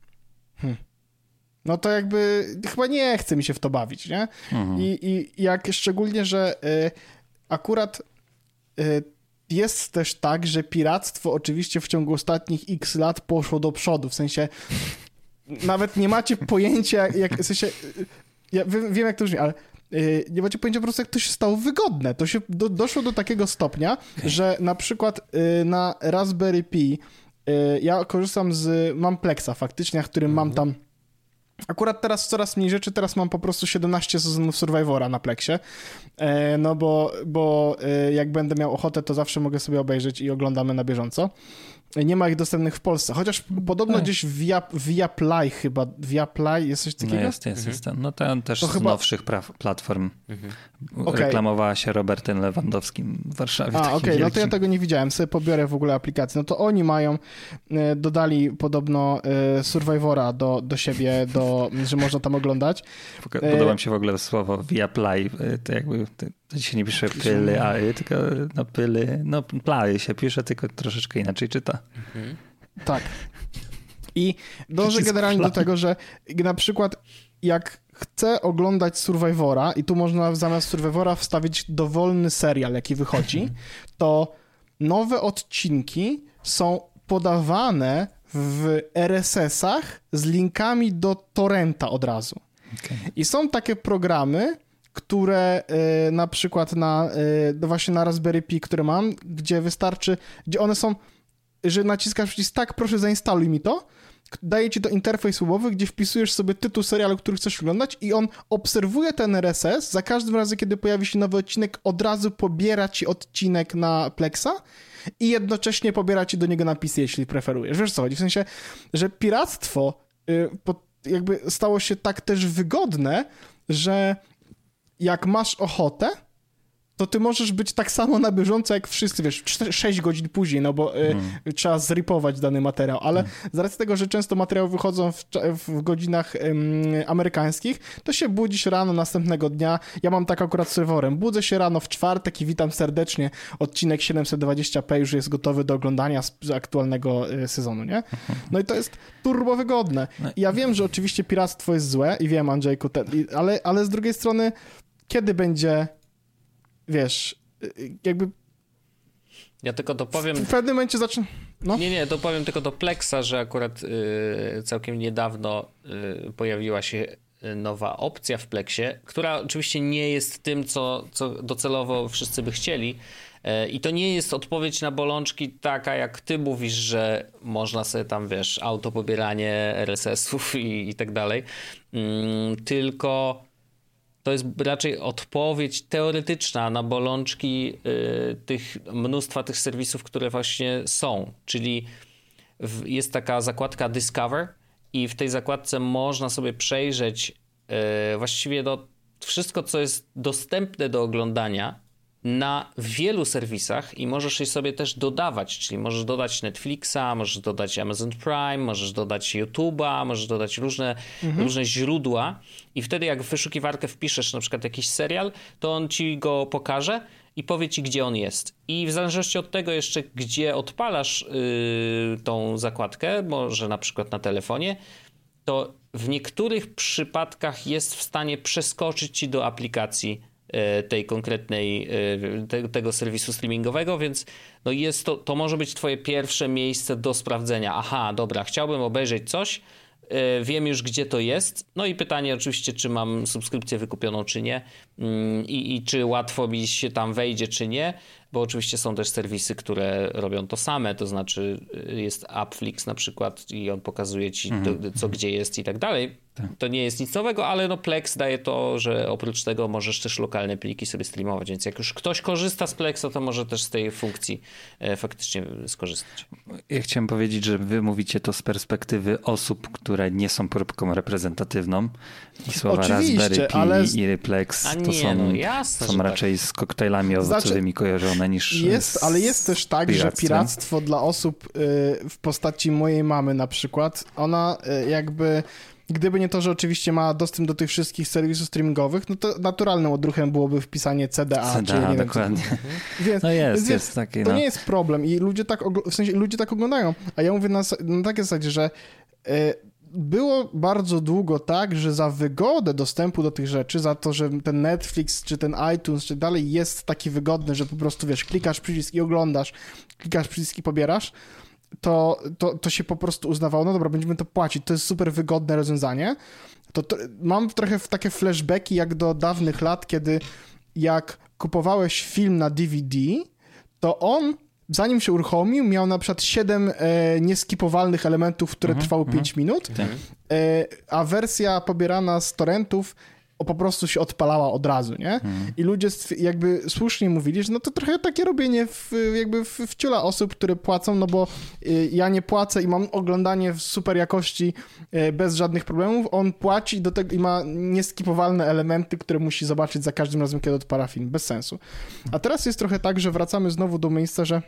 S2: no to jakby chyba nie chce mi się w to bawić, nie? I jak szczególnie, że akurat jest też tak, że piractwo oczywiście w ciągu ostatnich x lat poszło do przodu, w sensie nawet nie macie pojęcia, w sensie, ja wiem jak to brzmi, ale nie macie pojęcia po prostu, jak to się stało wygodne. To się doszło do takiego stopnia, że na przykład na Raspberry Pi ja korzystam mam Plexa faktycznie, na którym mam tam akurat teraz coraz mniej rzeczy, teraz mam po prostu 17 sezonów Survivora na Plexie, no bo jak będę miał ochotę, to zawsze mogę sobie obejrzeć i oglądamy na bieżąco. Nie ma ich dostępnych w Polsce, chociaż podobno gdzieś via Play chyba, via Play jest coś takiego?
S3: No jest. No to też to z nowszych platform reklamowała się Robertem Lewandowskim w Warszawie.
S2: No to ja tego nie widziałem, sobie pobiorę w ogóle aplikację. No to oni dodali podobno Survivora do siebie, że można tam oglądać.
S3: Podoba mi się w ogóle słowo via Play, to jakby To dzisiaj nie pisze pyly, tylko no pyly, no play się pisze, tylko troszeczkę inaczej czyta.
S2: Tak. I dążę generalnie do tego, że na przykład jak chcę oglądać Survivora i tu można zamiast Survivora wstawić dowolny serial, jaki wychodzi, to nowe odcinki są podawane w RSS-ach z linkami do torrenta od razu. Okay. I są takie programy, które na przykład właśnie na Raspberry Pi, które mam, gdzie wystarczy, gdzie one są, że naciskasz przycisk tak, proszę zainstaluj mi to, daje ci to interfejs webowy, gdzie wpisujesz sobie tytuł serialu, który chcesz oglądać i on obserwuje ten RSS, za każdym razem, kiedy pojawi się nowy odcinek, od razu pobiera ci odcinek na Plexa i jednocześnie pobiera ci do niego napisy, jeśli preferujesz. Wiesz co chodzi? W sensie, że piractwo jakby stało się tak też wygodne, że jak masz ochotę, to ty możesz być tak samo na bieżąco jak wszyscy, wiesz, 6 godzin później, no bo trzeba zripować dany materiał, ale z racji tego, że często materiały wychodzą w godzinach amerykańskich, to się budzisz rano następnego dnia, ja mam tak akurat z serwerem, budzę się rano w czwartek i witam serdecznie, odcinek 720p już jest gotowy do oglądania z aktualnego sezonu, nie? No i to jest turbo wygodne. Ja wiem, że oczywiście piractwo jest złe i wiem, Andrzejku, ale z drugiej strony, kiedy będzie... Wiesz, jakby...
S1: Ja tylko dopowiem...
S2: W pewnym momencie zacznę... No.
S1: Nie, dopowiem tylko do Plexa, że akurat całkiem niedawno pojawiła się nowa opcja w Plexie, która oczywiście nie jest tym, co docelowo wszyscy by chcieli. I to nie jest odpowiedź na bolączki taka, jak ty mówisz, że można sobie tam, wiesz, autopobieranie RSS-ów i tak dalej. Tylko... To jest raczej odpowiedź teoretyczna na bolączki mnóstwa tych serwisów, które właśnie są. Czyli jest taka zakładka Discover i w tej zakładce można sobie przejrzeć właściwie wszystko, co jest dostępne do oglądania na wielu serwisach i możesz je sobie też dodawać, czyli możesz dodać Netflixa, możesz dodać Amazon Prime, możesz dodać YouTube'a, możesz dodać różne źródła i wtedy jak w wyszukiwarkę wpiszesz na przykład jakiś serial, to on ci go pokaże i powie ci, gdzie on jest. I w zależności od tego jeszcze, gdzie odpalasz tą zakładkę, może na przykład na telefonie, to w niektórych przypadkach jest w stanie przeskoczyć ci do aplikacji tej konkretnej, tego serwisu streamingowego, więc no to może być twoje pierwsze miejsce do sprawdzenia. Aha, dobra, chciałbym obejrzeć coś, wiem już, gdzie to jest. No i pytanie oczywiście, czy mam subskrypcję wykupioną, czy nie i czy łatwo mi się tam wejdzie, czy nie, bo oczywiście są też serwisy, które robią to same, to znaczy jest Appflix na przykład i on pokazuje ci co gdzie jest i tak dalej. To nie jest nic nowego, ale no Plex daje to, że oprócz tego możesz też lokalne pliki sobie streamować, więc jak już ktoś korzysta z Plexa, to może też z tej funkcji faktycznie skorzystać.
S3: Ja chciałem powiedzieć, że wy mówicie to z perspektywy osób, które nie są próbką reprezentatywną i słowa Raspberry Pi i Plex to są raczej z koktajlami owocowymi kojarzone niż
S2: ale jest też tak, że piractwo dla osób w postaci mojej mamy na przykład, ona jakby... Gdyby nie to, że oczywiście ma dostęp do tych wszystkich serwisów streamingowych, no to naturalnym odruchem byłoby wpisanie CDA czy nie
S3: dokładnie.
S2: Więc,
S3: no jest taki,
S2: to nie jest problem i ludzie tak oglądają. A ja mówię na takiej zasadzie, że było bardzo długo tak, że za wygodę dostępu do tych rzeczy, za to, że ten Netflix, czy ten iTunes, czy dalej jest taki wygodny, że po prostu, wiesz, klikasz przycisk i oglądasz, klikasz przycisk i pobierasz, to się po prostu uznawało, no dobra, będziemy to płacić, to jest super wygodne rozwiązanie. To mam trochę takie flashbacki jak do dawnych lat, kiedy jak kupowałeś film na DVD, to on, zanim się uruchomił, miał na przykład 7 nieskipowalnych elementów, które trwały 5 minut, a wersja pobierana z torrentów po prostu się odpalała od razu, nie? I ludzie jakby słusznie mówili, że no to trochę takie robienie w ciula osób, które płacą, no bo ja nie płacę i mam oglądanie w super jakości bez żadnych problemów, on płaci do tego i ma nieskipowalne elementy, które musi zobaczyć za każdym razem, kiedy odpala film. Bez sensu. A teraz jest trochę tak, że wracamy znowu do miejsca, że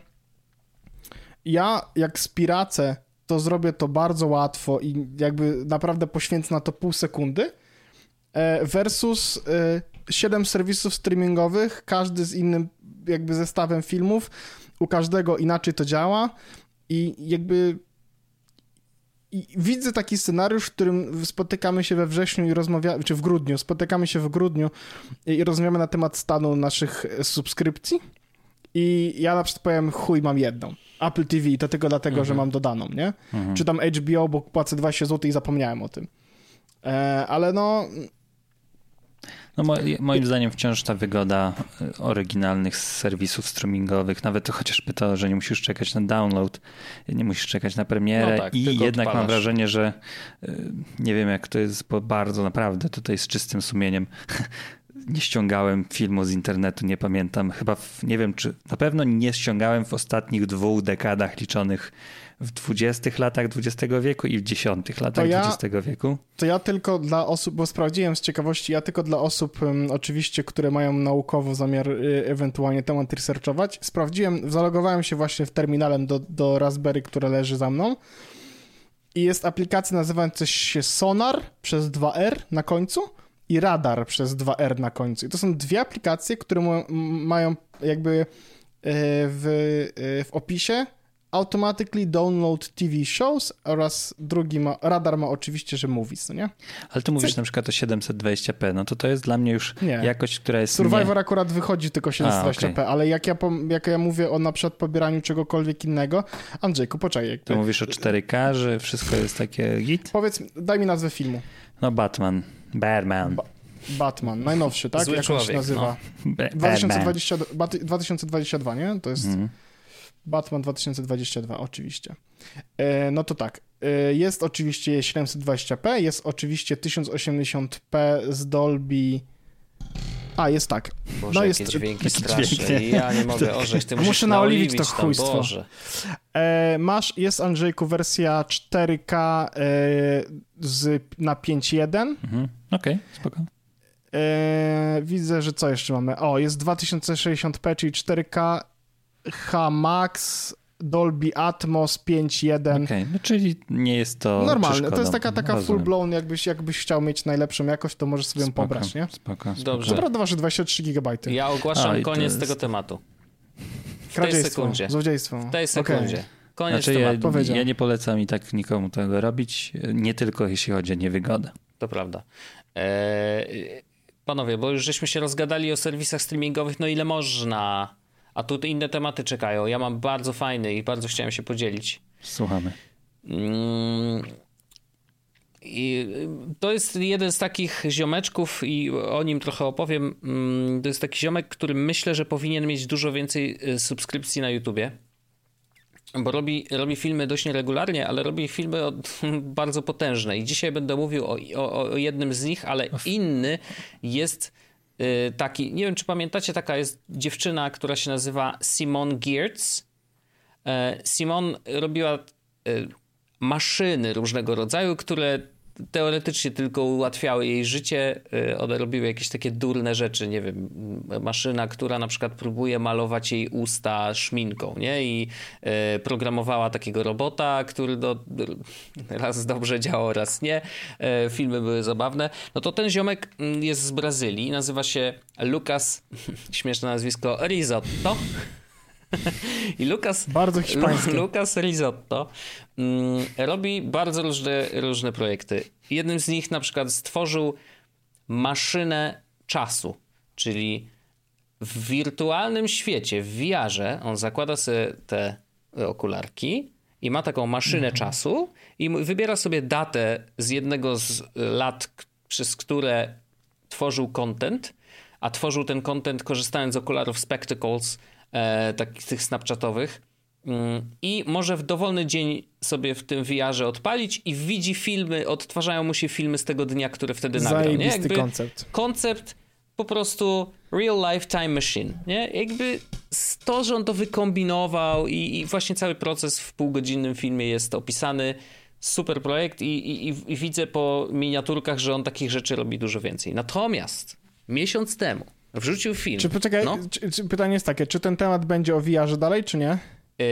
S2: ja jak spiracę, to zrobię to bardzo łatwo i jakby naprawdę poświęcę na to pół sekundy, versus 7 serwisów streamingowych, każdy z innym jakby zestawem filmów, u każdego inaczej to działa i jakby widzę taki scenariusz, w którym spotykamy się we wrześniu i rozmawiamy, czy w grudniu, spotykamy się w grudniu i rozmawiamy na temat stanu naszych subskrypcji i ja na przykład powiem, chuj, mam jedną. Apple TV, to tylko dlatego, że mam dodaną, nie? Czy tam HBO, bo płacę 20 zł i zapomniałem o tym. Ale no...
S3: No moim zdaniem wciąż ta wygoda oryginalnych serwisów streamingowych, nawet to chociażby to, że nie musisz czekać na download, nie musisz czekać na premierę i jednak mam wrażenie, że nie wiem jak to jest, bo bardzo naprawdę tutaj z czystym sumieniem nie ściągałem filmu z internetu, nie pamiętam, chyba nie wiem czy, na pewno nie ściągałem w ostatnich 2 dekadach liczonych w 20 latach XX wieku i w 10 latach XX wieku. To
S2: ja tylko dla osób, bo sprawdziłem z ciekawości, ja tylko dla osób oczywiście, które mają naukowo zamiar ewentualnie temat researchować, sprawdziłem, zalogowałem się właśnie w terminalem do Raspberry, które leży za mną i jest aplikacja nazywająca się Sonar przez 2R na końcu i Radar przez 2R na końcu. I to są 2 aplikacje, które mają jakby w opisie Automatically Download TV Shows oraz drugi Radar ma oczywiście, że Movies, no nie?
S3: Ale ty mówisz na przykład o 720p, no to jest dla mnie już jakość, która jest...
S2: Survivor akurat wychodzi tylko 720p, ale jak ja mówię o na przykład pobieraniu czegokolwiek innego, Andrzejku, poczekaj.
S3: To mówisz o 4K, że wszystko jest takie git?
S2: Powiedz, daj mi nazwę filmu.
S3: No Batman.
S2: Batman, najnowszy, tak?
S1: Zły
S2: jak
S1: człowiek,
S2: on się nazywa?
S3: No.
S2: 2022, nie? To jest Batman 2022, oczywiście. No to tak, jest oczywiście 720p, jest oczywiście 1080p z Dolby... jest tak.
S1: Boże, no jest dźwięki straszne. Ja nie mogę orzeć, ty
S2: muszę naoliwić to chujstwo.
S1: Boże.
S2: Jest, Andrzejku, wersja 4K na 5.1.
S3: Okej, spoko.
S2: Widzę, że co jeszcze mamy? Jest 2060p, czyli 4K HMax, Dolby Atmos 5.1.
S3: Okej, no czyli nie jest to
S2: normalne, to jest taka full blown, jakbyś chciał mieć najlepszą jakość, to możesz sobie ją pobrać, nie?
S3: Spoko.
S1: Dobrze.
S2: Co prawda wasze 23 GB.
S1: Ja ogłaszam koniec tego tematu. W tej sekundzie.
S2: Złodziejstwo.
S1: W tej sekundzie. Koniec tematu.
S3: Ja nie polecam i tak nikomu tego robić, nie tylko jeśli chodzi o niewygodę.
S1: To prawda. Panowie, bo już żeśmy się rozgadali o serwisach streamingowych, no ile można... A tu inne tematy czekają. Ja mam bardzo fajny i bardzo chciałem się podzielić.
S3: Słuchamy.
S1: I to jest jeden z takich ziomeczków i o nim trochę opowiem. To jest taki ziomek, który myślę, że powinien mieć dużo więcej subskrypcji na YouTubie. Bo robi filmy dość nieregularnie, ale robi filmy bardzo potężne. I dzisiaj będę mówił o jednym z nich, ale inny jest... taki, nie wiem czy pamiętacie, taka jest dziewczyna, która się nazywa Simone Giertz. Simone robiła maszyny różnego rodzaju, które teoretycznie tylko ułatwiały jej życie. One robiły jakieś takie durne rzeczy, nie wiem, maszyna, która na przykład próbuje malować jej usta szminką, nie? I programowała takiego robota, który raz dobrze działał, raz nie. Filmy były zabawne. No to ten ziomek jest z Brazylii, nazywa się Lucas, śmieszne nazwisko, Risotto. I
S2: bardzo hiszpańskie.
S1: Lucas Risotto robi bardzo różne projekty. Jednym z nich na przykład stworzył maszynę czasu, czyli w wirtualnym świecie, w VR-ze, on zakłada sobie te okularki i ma taką maszynę czasu i wybiera sobie datę z jednego z lat, przez które tworzył content, a tworzył ten content korzystając z okularów Spectacles, takich tych snapchatowych, i może w dowolny dzień sobie w tym VR-ze odpalić i widzi filmy, odtwarzają mu się filmy z tego dnia, które wtedy nagrał.
S2: Zajebisty koncept.
S1: Koncept po prostu real life time machine, nie? Jakby to, że on to wykombinował i właśnie cały proces w półgodzinnym filmie jest opisany. Super projekt i widzę po miniaturkach, że on takich rzeczy robi dużo więcej. Natomiast miesiąc temu wrzucił film.
S2: Poczekaj, pytanie jest takie, czy ten temat będzie o VR-ze dalej, czy nie?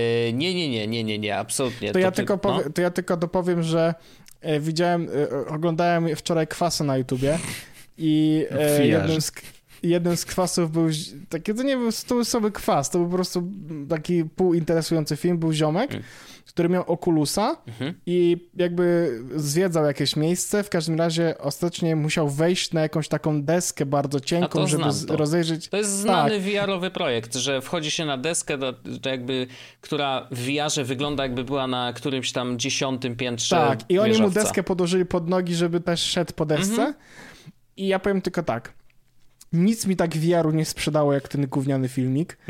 S1: Nie, absolutnie.
S2: To ja tylko dopowiem, że oglądałem wczoraj Kwasę na YouTubie i jeden z kwasów był taki, to nie był stułysowy kwas, to był po prostu taki półinteresujący film, był ziomek, który miał Oculusa i jakby zwiedzał jakieś miejsce, w każdym razie ostatecznie musiał wejść na jakąś taką deskę bardzo cienką, żeby rozejrzeć...
S1: To jest znany VR-owy projekt, że wchodzi się na deskę, to jakby, która w VR-ze wygląda jakby była na którymś tam 10. piętrze
S2: Tak, i oni
S1: wieżowca.
S2: mu deskę podłożyli pod nogi, żeby też szedł po desce i ja powiem tylko tak, nic mi tak VR-u nie sprzedało jak ten gówniany filmik.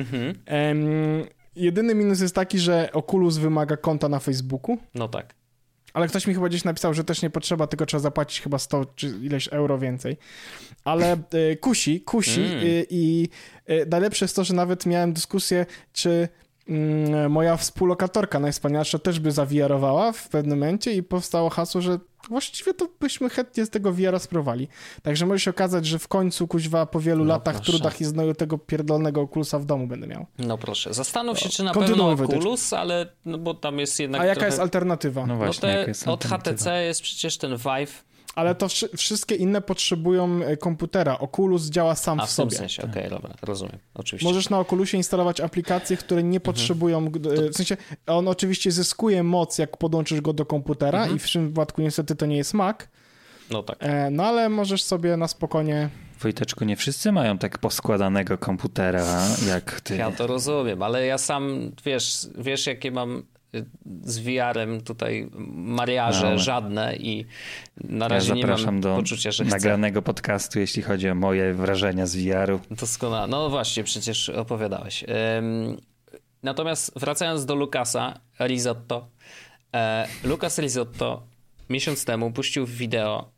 S2: Jedyny minus jest taki, że Oculus wymaga konta na Facebooku.
S1: No tak.
S2: Ale ktoś mi chyba gdzieś napisał, że też nie potrzeba, tylko trzeba zapłacić chyba 100 czy ileś euro więcej. Ale kusi i najlepsze jest to, że nawet miałem dyskusję, czy moja współlokatorka najwspanialsza też by zawiarowała w pewnym momencie i powstało hasło, że właściwie to byśmy chętnie z tego VR-a spróbowali. Także może się okazać, że w końcu, kuźwa, po wielu latach trudach i znowu tego pierdolonego Oculusa w domu będę miał.
S1: No proszę, zastanów się, czy na pewno Oculus, ale no bo tam jest jednak
S2: A jaka jest alternatywa?
S3: No właśnie, jaka jest
S1: od
S3: alternatywa?
S1: HTC jest przecież ten Vive.
S2: Ale to wszystkie inne potrzebują komputera. Oculus działa sam w sobie.
S1: W tym sensie, okej, dobra, rozumiem, oczywiście.
S2: Możesz na Oculusie instalować aplikacje, które nie potrzebują, w sensie on oczywiście zyskuje moc, jak podłączysz go do komputera i w tym wypadku niestety to nie jest Mac.
S1: No tak.
S2: No ale możesz sobie na spokojnie...
S3: Wojteczku, nie wszyscy mają tak poskładanego komputera jak ty.
S1: Ja to rozumiem, ale ja sam, wiesz jakie mam z VR-em tutaj mariaże żadne i na razie nie mam poczucia, że chcę.
S3: Nagranego podcastu, jeśli chodzi o moje wrażenia z VR-u.
S1: Doskonale. No właśnie, przecież opowiadałeś. Natomiast wracając do Lucasa Risotto. Lucas Risotto miesiąc temu puścił wideo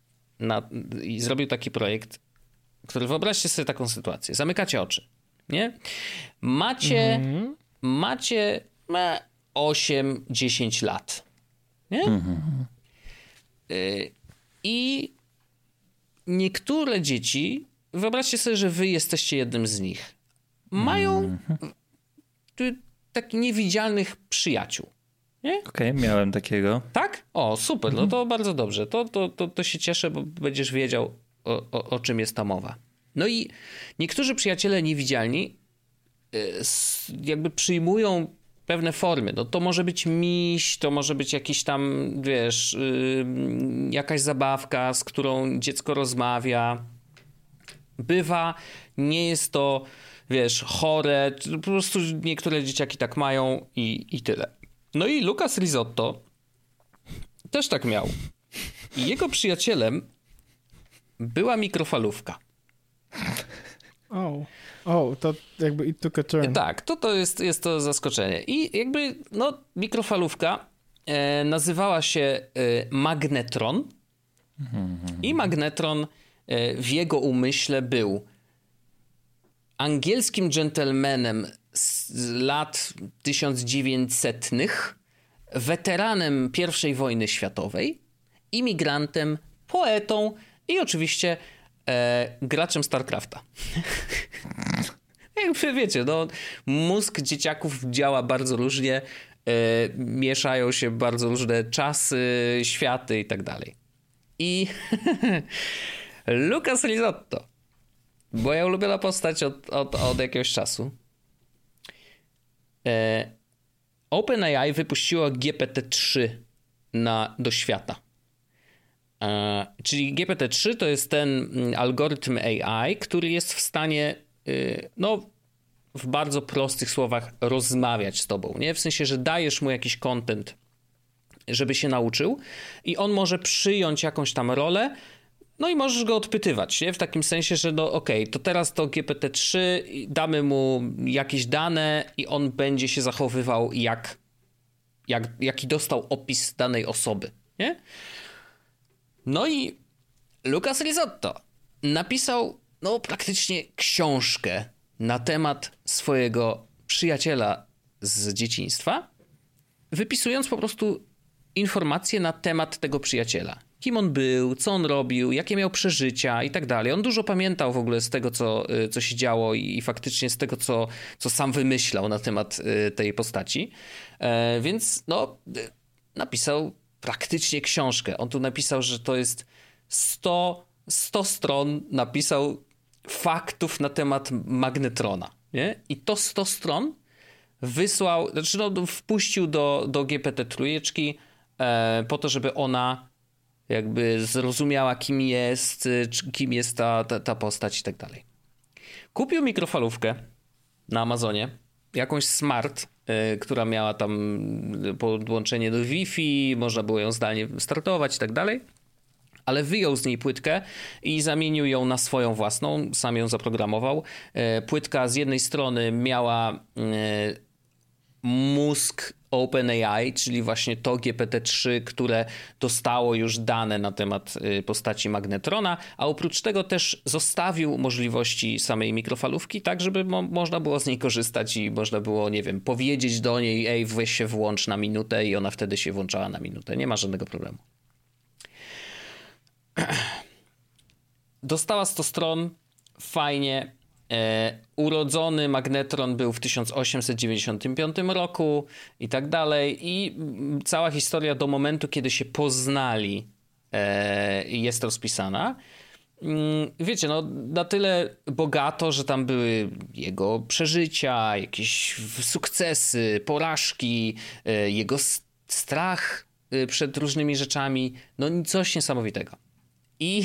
S1: i zrobił taki projekt, który, wyobraźcie sobie taką sytuację. Zamykacie oczy, nie? Macie 8-10 lat. Nie? I niektóre dzieci, wyobraźcie sobie, że wy jesteście jednym z nich, mają takich niewidzialnych przyjaciół.
S3: Okej, miałem takiego.
S1: Tak? O, super, no to bardzo dobrze. To się cieszę, bo będziesz wiedział, o czym jest ta mowa. No i niektórzy przyjaciele niewidzialni jakby przyjmują pewne formy. No to może być miś, to może być jakiś tam, wiesz, jakaś zabawka, z którą dziecko rozmawia. Bywa, nie jest to, wiesz, chore, po prostu niektóre dzieciaki tak mają i tyle. No i Lucas Risotto też tak miał. I jego przyjacielem była mikrofalówka.
S2: To jakby it took a turn.
S1: Tak, to jest to zaskoczenie. I jakby, no, mikrofalówka nazywała się Magnetron. I Magnetron w jego umyśle był angielskim dżentelmenem z lat 1900-tych, weteranem I wojny światowej, imigrantem, poetą i oczywiście graczem StarCrafta. Jak wiecie, no, mózg dzieciaków działa bardzo różnie, mieszają się bardzo różne czasy, światy i tak dalej. I Lucas Risotto, moja ulubiona postać od jakiegoś czasu. OpenAI wypuściło GPT-3 do świata. Czyli GPT-3 to jest ten algorytm AI, który jest w stanie, no, w bardzo prostych słowach rozmawiać z tobą, nie? W sensie, że dajesz mu jakiś content, żeby się nauczył i on może przyjąć jakąś tam rolę, no i możesz go odpytywać, nie? W takim sensie, że no okej, to teraz to GPT-3, damy mu jakieś dane i on będzie się zachowywał jaki dostał opis danej osoby, nie? No i Lucas Risotto napisał, no, praktycznie książkę na temat swojego przyjaciela z dzieciństwa, wypisując po prostu informacje na temat tego przyjaciela. Kim on był, co on robił, jakie miał przeżycia i tak dalej. On dużo pamiętał w ogóle z tego, co się działo i faktycznie z tego, co sam wymyślał na temat tej postaci. Więc no, napisał praktycznie książkę. On tu napisał, że to jest 100 stron, napisał faktów na temat magnetrona, nie? I to 100 stron wysłał, znaczy wpuścił do GPT-3 po to, żeby ona jakby zrozumiała, kim jest ta postać i tak dalej. Kupił mikrofalówkę na Amazonie, jakąś smart, która miała tam podłączenie do Wi-Fi, można było ją zdalnie startować i tak dalej, ale wyjął z niej płytkę i zamienił ją na swoją własną, sam ją zaprogramował. Płytka z jednej strony miała mózg OpenAI, czyli właśnie to GPT-3, które dostało już dane na temat postaci magnetrona, a oprócz tego też zostawił możliwości samej mikrofalówki, tak żeby można było z niej korzystać i można było, nie wiem, powiedzieć do niej, ej, weź się włącz na minutę i ona wtedy się włączała na minutę. Nie ma żadnego problemu. Dostała 100 stron, fajnie. Urodzony magnetron był w 1895 roku i tak dalej. I cała historia do momentu, kiedy się poznali, jest rozpisana. Wiecie, no na tyle bogato, że tam były jego przeżycia, jakieś sukcesy, porażki, jego strach przed różnymi rzeczami. No coś niesamowitego. I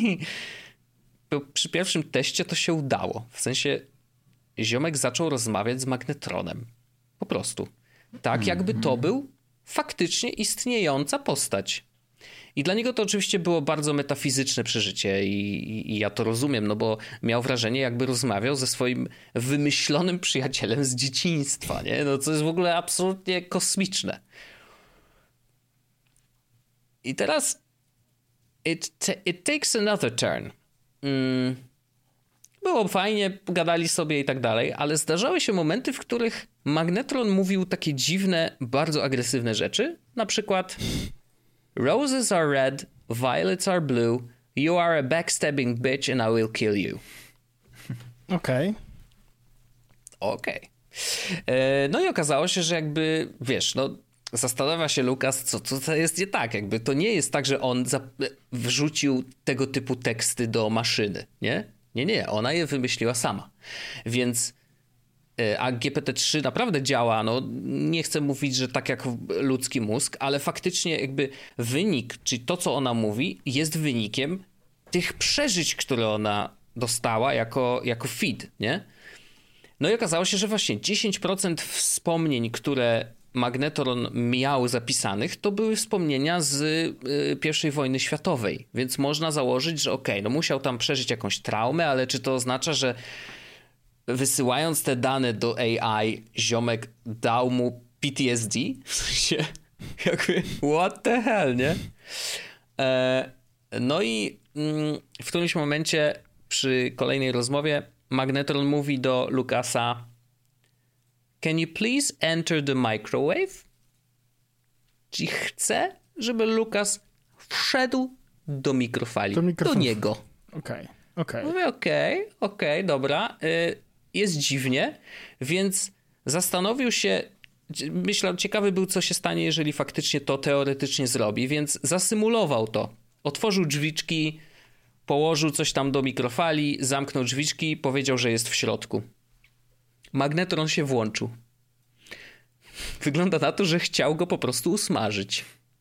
S1: przy pierwszym teście to się udało. W sensie ziomek zaczął rozmawiać z magnetronem. Po prostu. Tak jakby to był faktycznie istniejąca postać. I dla niego to oczywiście było bardzo metafizyczne przeżycie i ja to rozumiem, no bo miał wrażenie, jakby rozmawiał ze swoim wymyślonym przyjacielem z dzieciństwa, nie? No co jest w ogóle absolutnie kosmiczne. I teraz it takes another turn. Było fajnie, gadali sobie i tak dalej, ale zdarzały się momenty, w których magnetron mówił takie dziwne, bardzo agresywne rzeczy. Na przykład Roses are red, violets are blue, you are a backstabbing bitch and I will kill you.
S2: Okej.
S1: No i okazało się, że jakby, wiesz, no zastanawia się Lucas, co to jest nie tak. Jakby to nie jest tak, że on wrzucił tego typu teksty do maszyny, nie? Nie, ona je wymyśliła sama. Więc a GPT-3 naprawdę działa, no nie chcę mówić, że tak jak ludzki mózg, ale faktycznie jakby wynik, czyli to, co ona mówi, jest wynikiem tych przeżyć, które ona dostała jako feed, nie? No i okazało się, że właśnie 10% wspomnień, które magnetron miał zapisanych, to były wspomnienia z I wojny światowej, więc można założyć, że no musiał tam przeżyć jakąś traumę, ale czy to oznacza, że wysyłając te dane do AI, ziomek dał mu PTSD? W sensie, jakby, what the hell, nie? No i w którymś momencie przy kolejnej rozmowie magnetron mówi do Lucasa: Can you please enter the microwave? Czyli chce, żeby Lucas wszedł do mikrofali. Do niego.
S2: Okej.
S1: Mówię, okej, dobra. Jest dziwnie, więc zastanowił się, myślał, ciekawy był, co się stanie, jeżeli faktycznie to teoretycznie zrobi, więc zasymulował to. Otworzył drzwiczki, położył coś tam do mikrofali, zamknął drzwiczki, powiedział, że jest w środku. Magnetron się włączył. Wygląda na to, że chciał go po prostu usmażyć.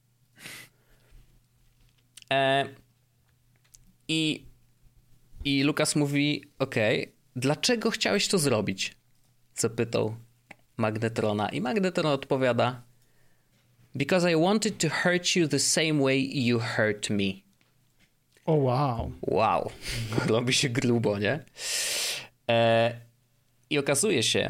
S1: I Lucas mówi, dlaczego chciałeś to zrobić? Zapytał magnetrona. I magnetron odpowiada: Because I wanted to hurt you the same way you hurt me.
S2: O wow.
S1: Wow. Robi się grubo, nie? I okazuje się,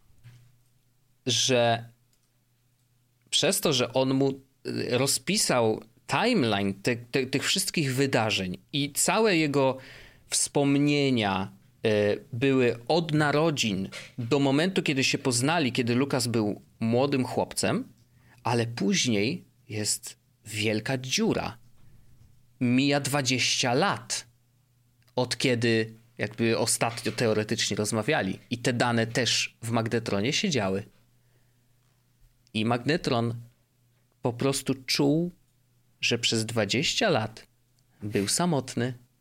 S1: że przez to, że on mu rozpisał timeline tych wszystkich wydarzeń i całe jego wspomnienia były od narodzin do momentu, kiedy się poznali, kiedy Lucas był młodym chłopcem, ale później jest wielka dziura. Mija 20 lat od kiedy jakby ostatnio teoretycznie rozmawiali. I te dane też w magnetronie siedziały. I magnetron po prostu czuł, że przez 20 lat był samotny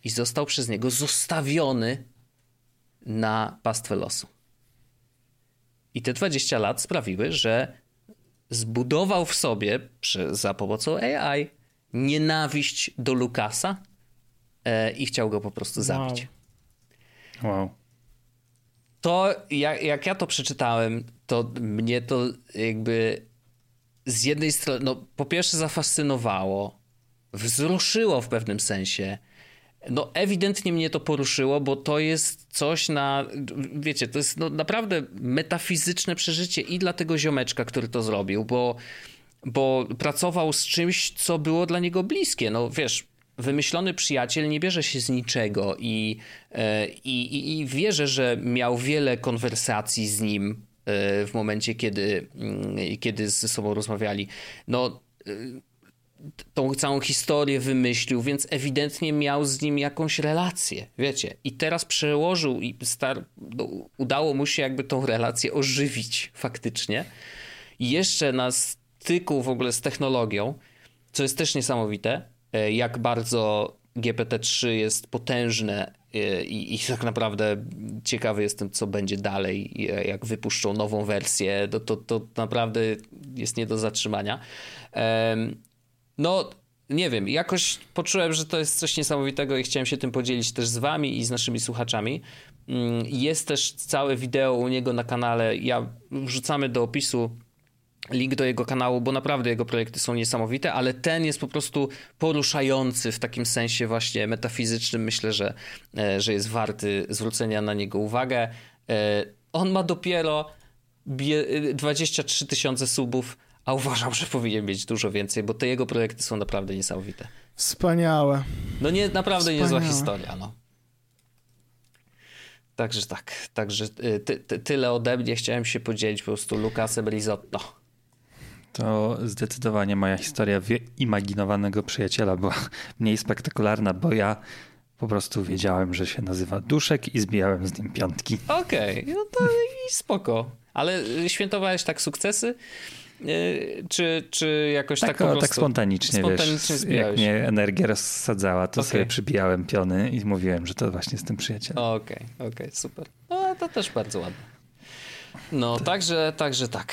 S1: i został przez niego zostawiony na pastwę losu. I te 20 lat sprawiły, że zbudował w sobie za pomocą AI nienawiść do Lucasa i chciał go po prostu zabić.
S3: Wow.
S1: To jak ja to przeczytałem, to mnie to jakby z jednej strony, no po pierwsze zafascynowało, wzruszyło w pewnym sensie. No ewidentnie mnie to poruszyło, bo to jest coś wiecie, to jest naprawdę metafizyczne przeżycie i dla tego ziomeczka, który to zrobił, bo pracował z czymś, co było dla niego bliskie. No wiesz, wymyślony przyjaciel nie bierze się z niczego i wierzę, że miał wiele konwersacji z nim w momencie, kiedy ze sobą rozmawiali. No tą całą historię wymyślił, więc ewidentnie miał z nim jakąś relację, wiecie. I teraz przełożył i udało mu się jakby tą relację ożywić faktycznie. I jeszcze na styku w ogóle z technologią, co jest też niesamowite, jak bardzo GPT-3 jest potężne i tak naprawdę ciekawy jestem, co będzie dalej, jak wypuszczą nową wersję, to naprawdę jest nie do zatrzymania. No, nie wiem, jakoś poczułem, że to jest coś niesamowitego i chciałem się tym podzielić też z wami i z naszymi słuchaczami. Jest też całe wideo u niego na kanale, wrzucamy do opisu link do jego kanału, bo naprawdę jego projekty są niesamowite, ale ten jest po prostu poruszający w takim sensie właśnie metafizycznym. Myślę, że jest warty zwrócenia na niego uwagę. On ma dopiero 23 000 subów, a uważam, że powinien mieć dużo więcej, bo te jego projekty są naprawdę niesamowite.
S2: Wspaniałe.
S1: No nie, naprawdę niezła historia, no. Także tak. Także tyle ode mnie. Chciałem się podzielić po prostu Lucasem Risotto.
S3: To zdecydowanie moja historia wyimaginowanego przyjaciela była mniej spektakularna, bo ja po prostu wiedziałem, że się nazywa Duszek i zbijałem z nim piątki.
S1: Okej, no to i spoko. Ale świętowałeś tak sukcesy? Czy jakoś tak po prostu...
S3: Tak spontanicznie, wiesz, jak mnie energia rozsadzała, to sobie przybijałem piony i mówiłem, że to właśnie jest tym przyjacielem.
S1: Okej, super. No to też bardzo ładne. No, także tak.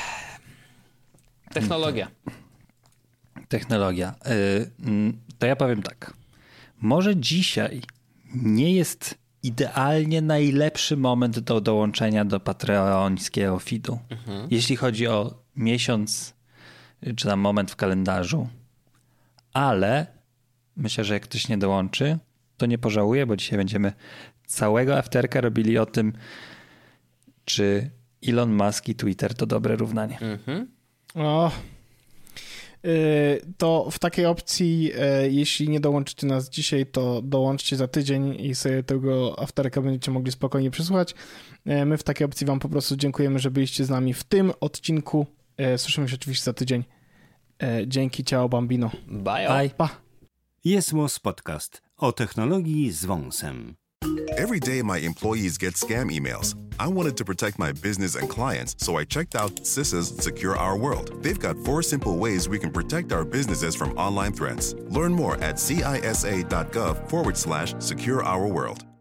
S3: Technologia. To ja powiem tak. Może dzisiaj nie jest idealnie najlepszy moment do dołączenia do patreońskiego feedu. Jeśli chodzi o miesiąc, czy tam moment w kalendarzu. Ale myślę, że jak ktoś nie dołączy, to nie pożałuje, bo dzisiaj będziemy całego afterka robili o tym, czy Elon Musk i Twitter to dobre równanie.
S2: To w takiej opcji, jeśli nie dołączycie nas dzisiaj, to dołączcie za tydzień i sobie tego afterka będziecie mogli spokojnie przysłuchać. My w takiej opcji wam po prostu dziękujemy, że byliście z nami w tym odcinku. Słyszymy się oczywiście za tydzień. Dzięki, ciao Bambino.
S1: Bye.
S2: Pa.
S4: Jest Podcast o technologii z wąsem.
S5: Every day, my employees get scam emails. I wanted to protect my business and clients, so I checked out CISA's Secure Our World. They've got 4 simple ways we can protect our businesses from online threats. Learn more at cisa.gov/secure our world.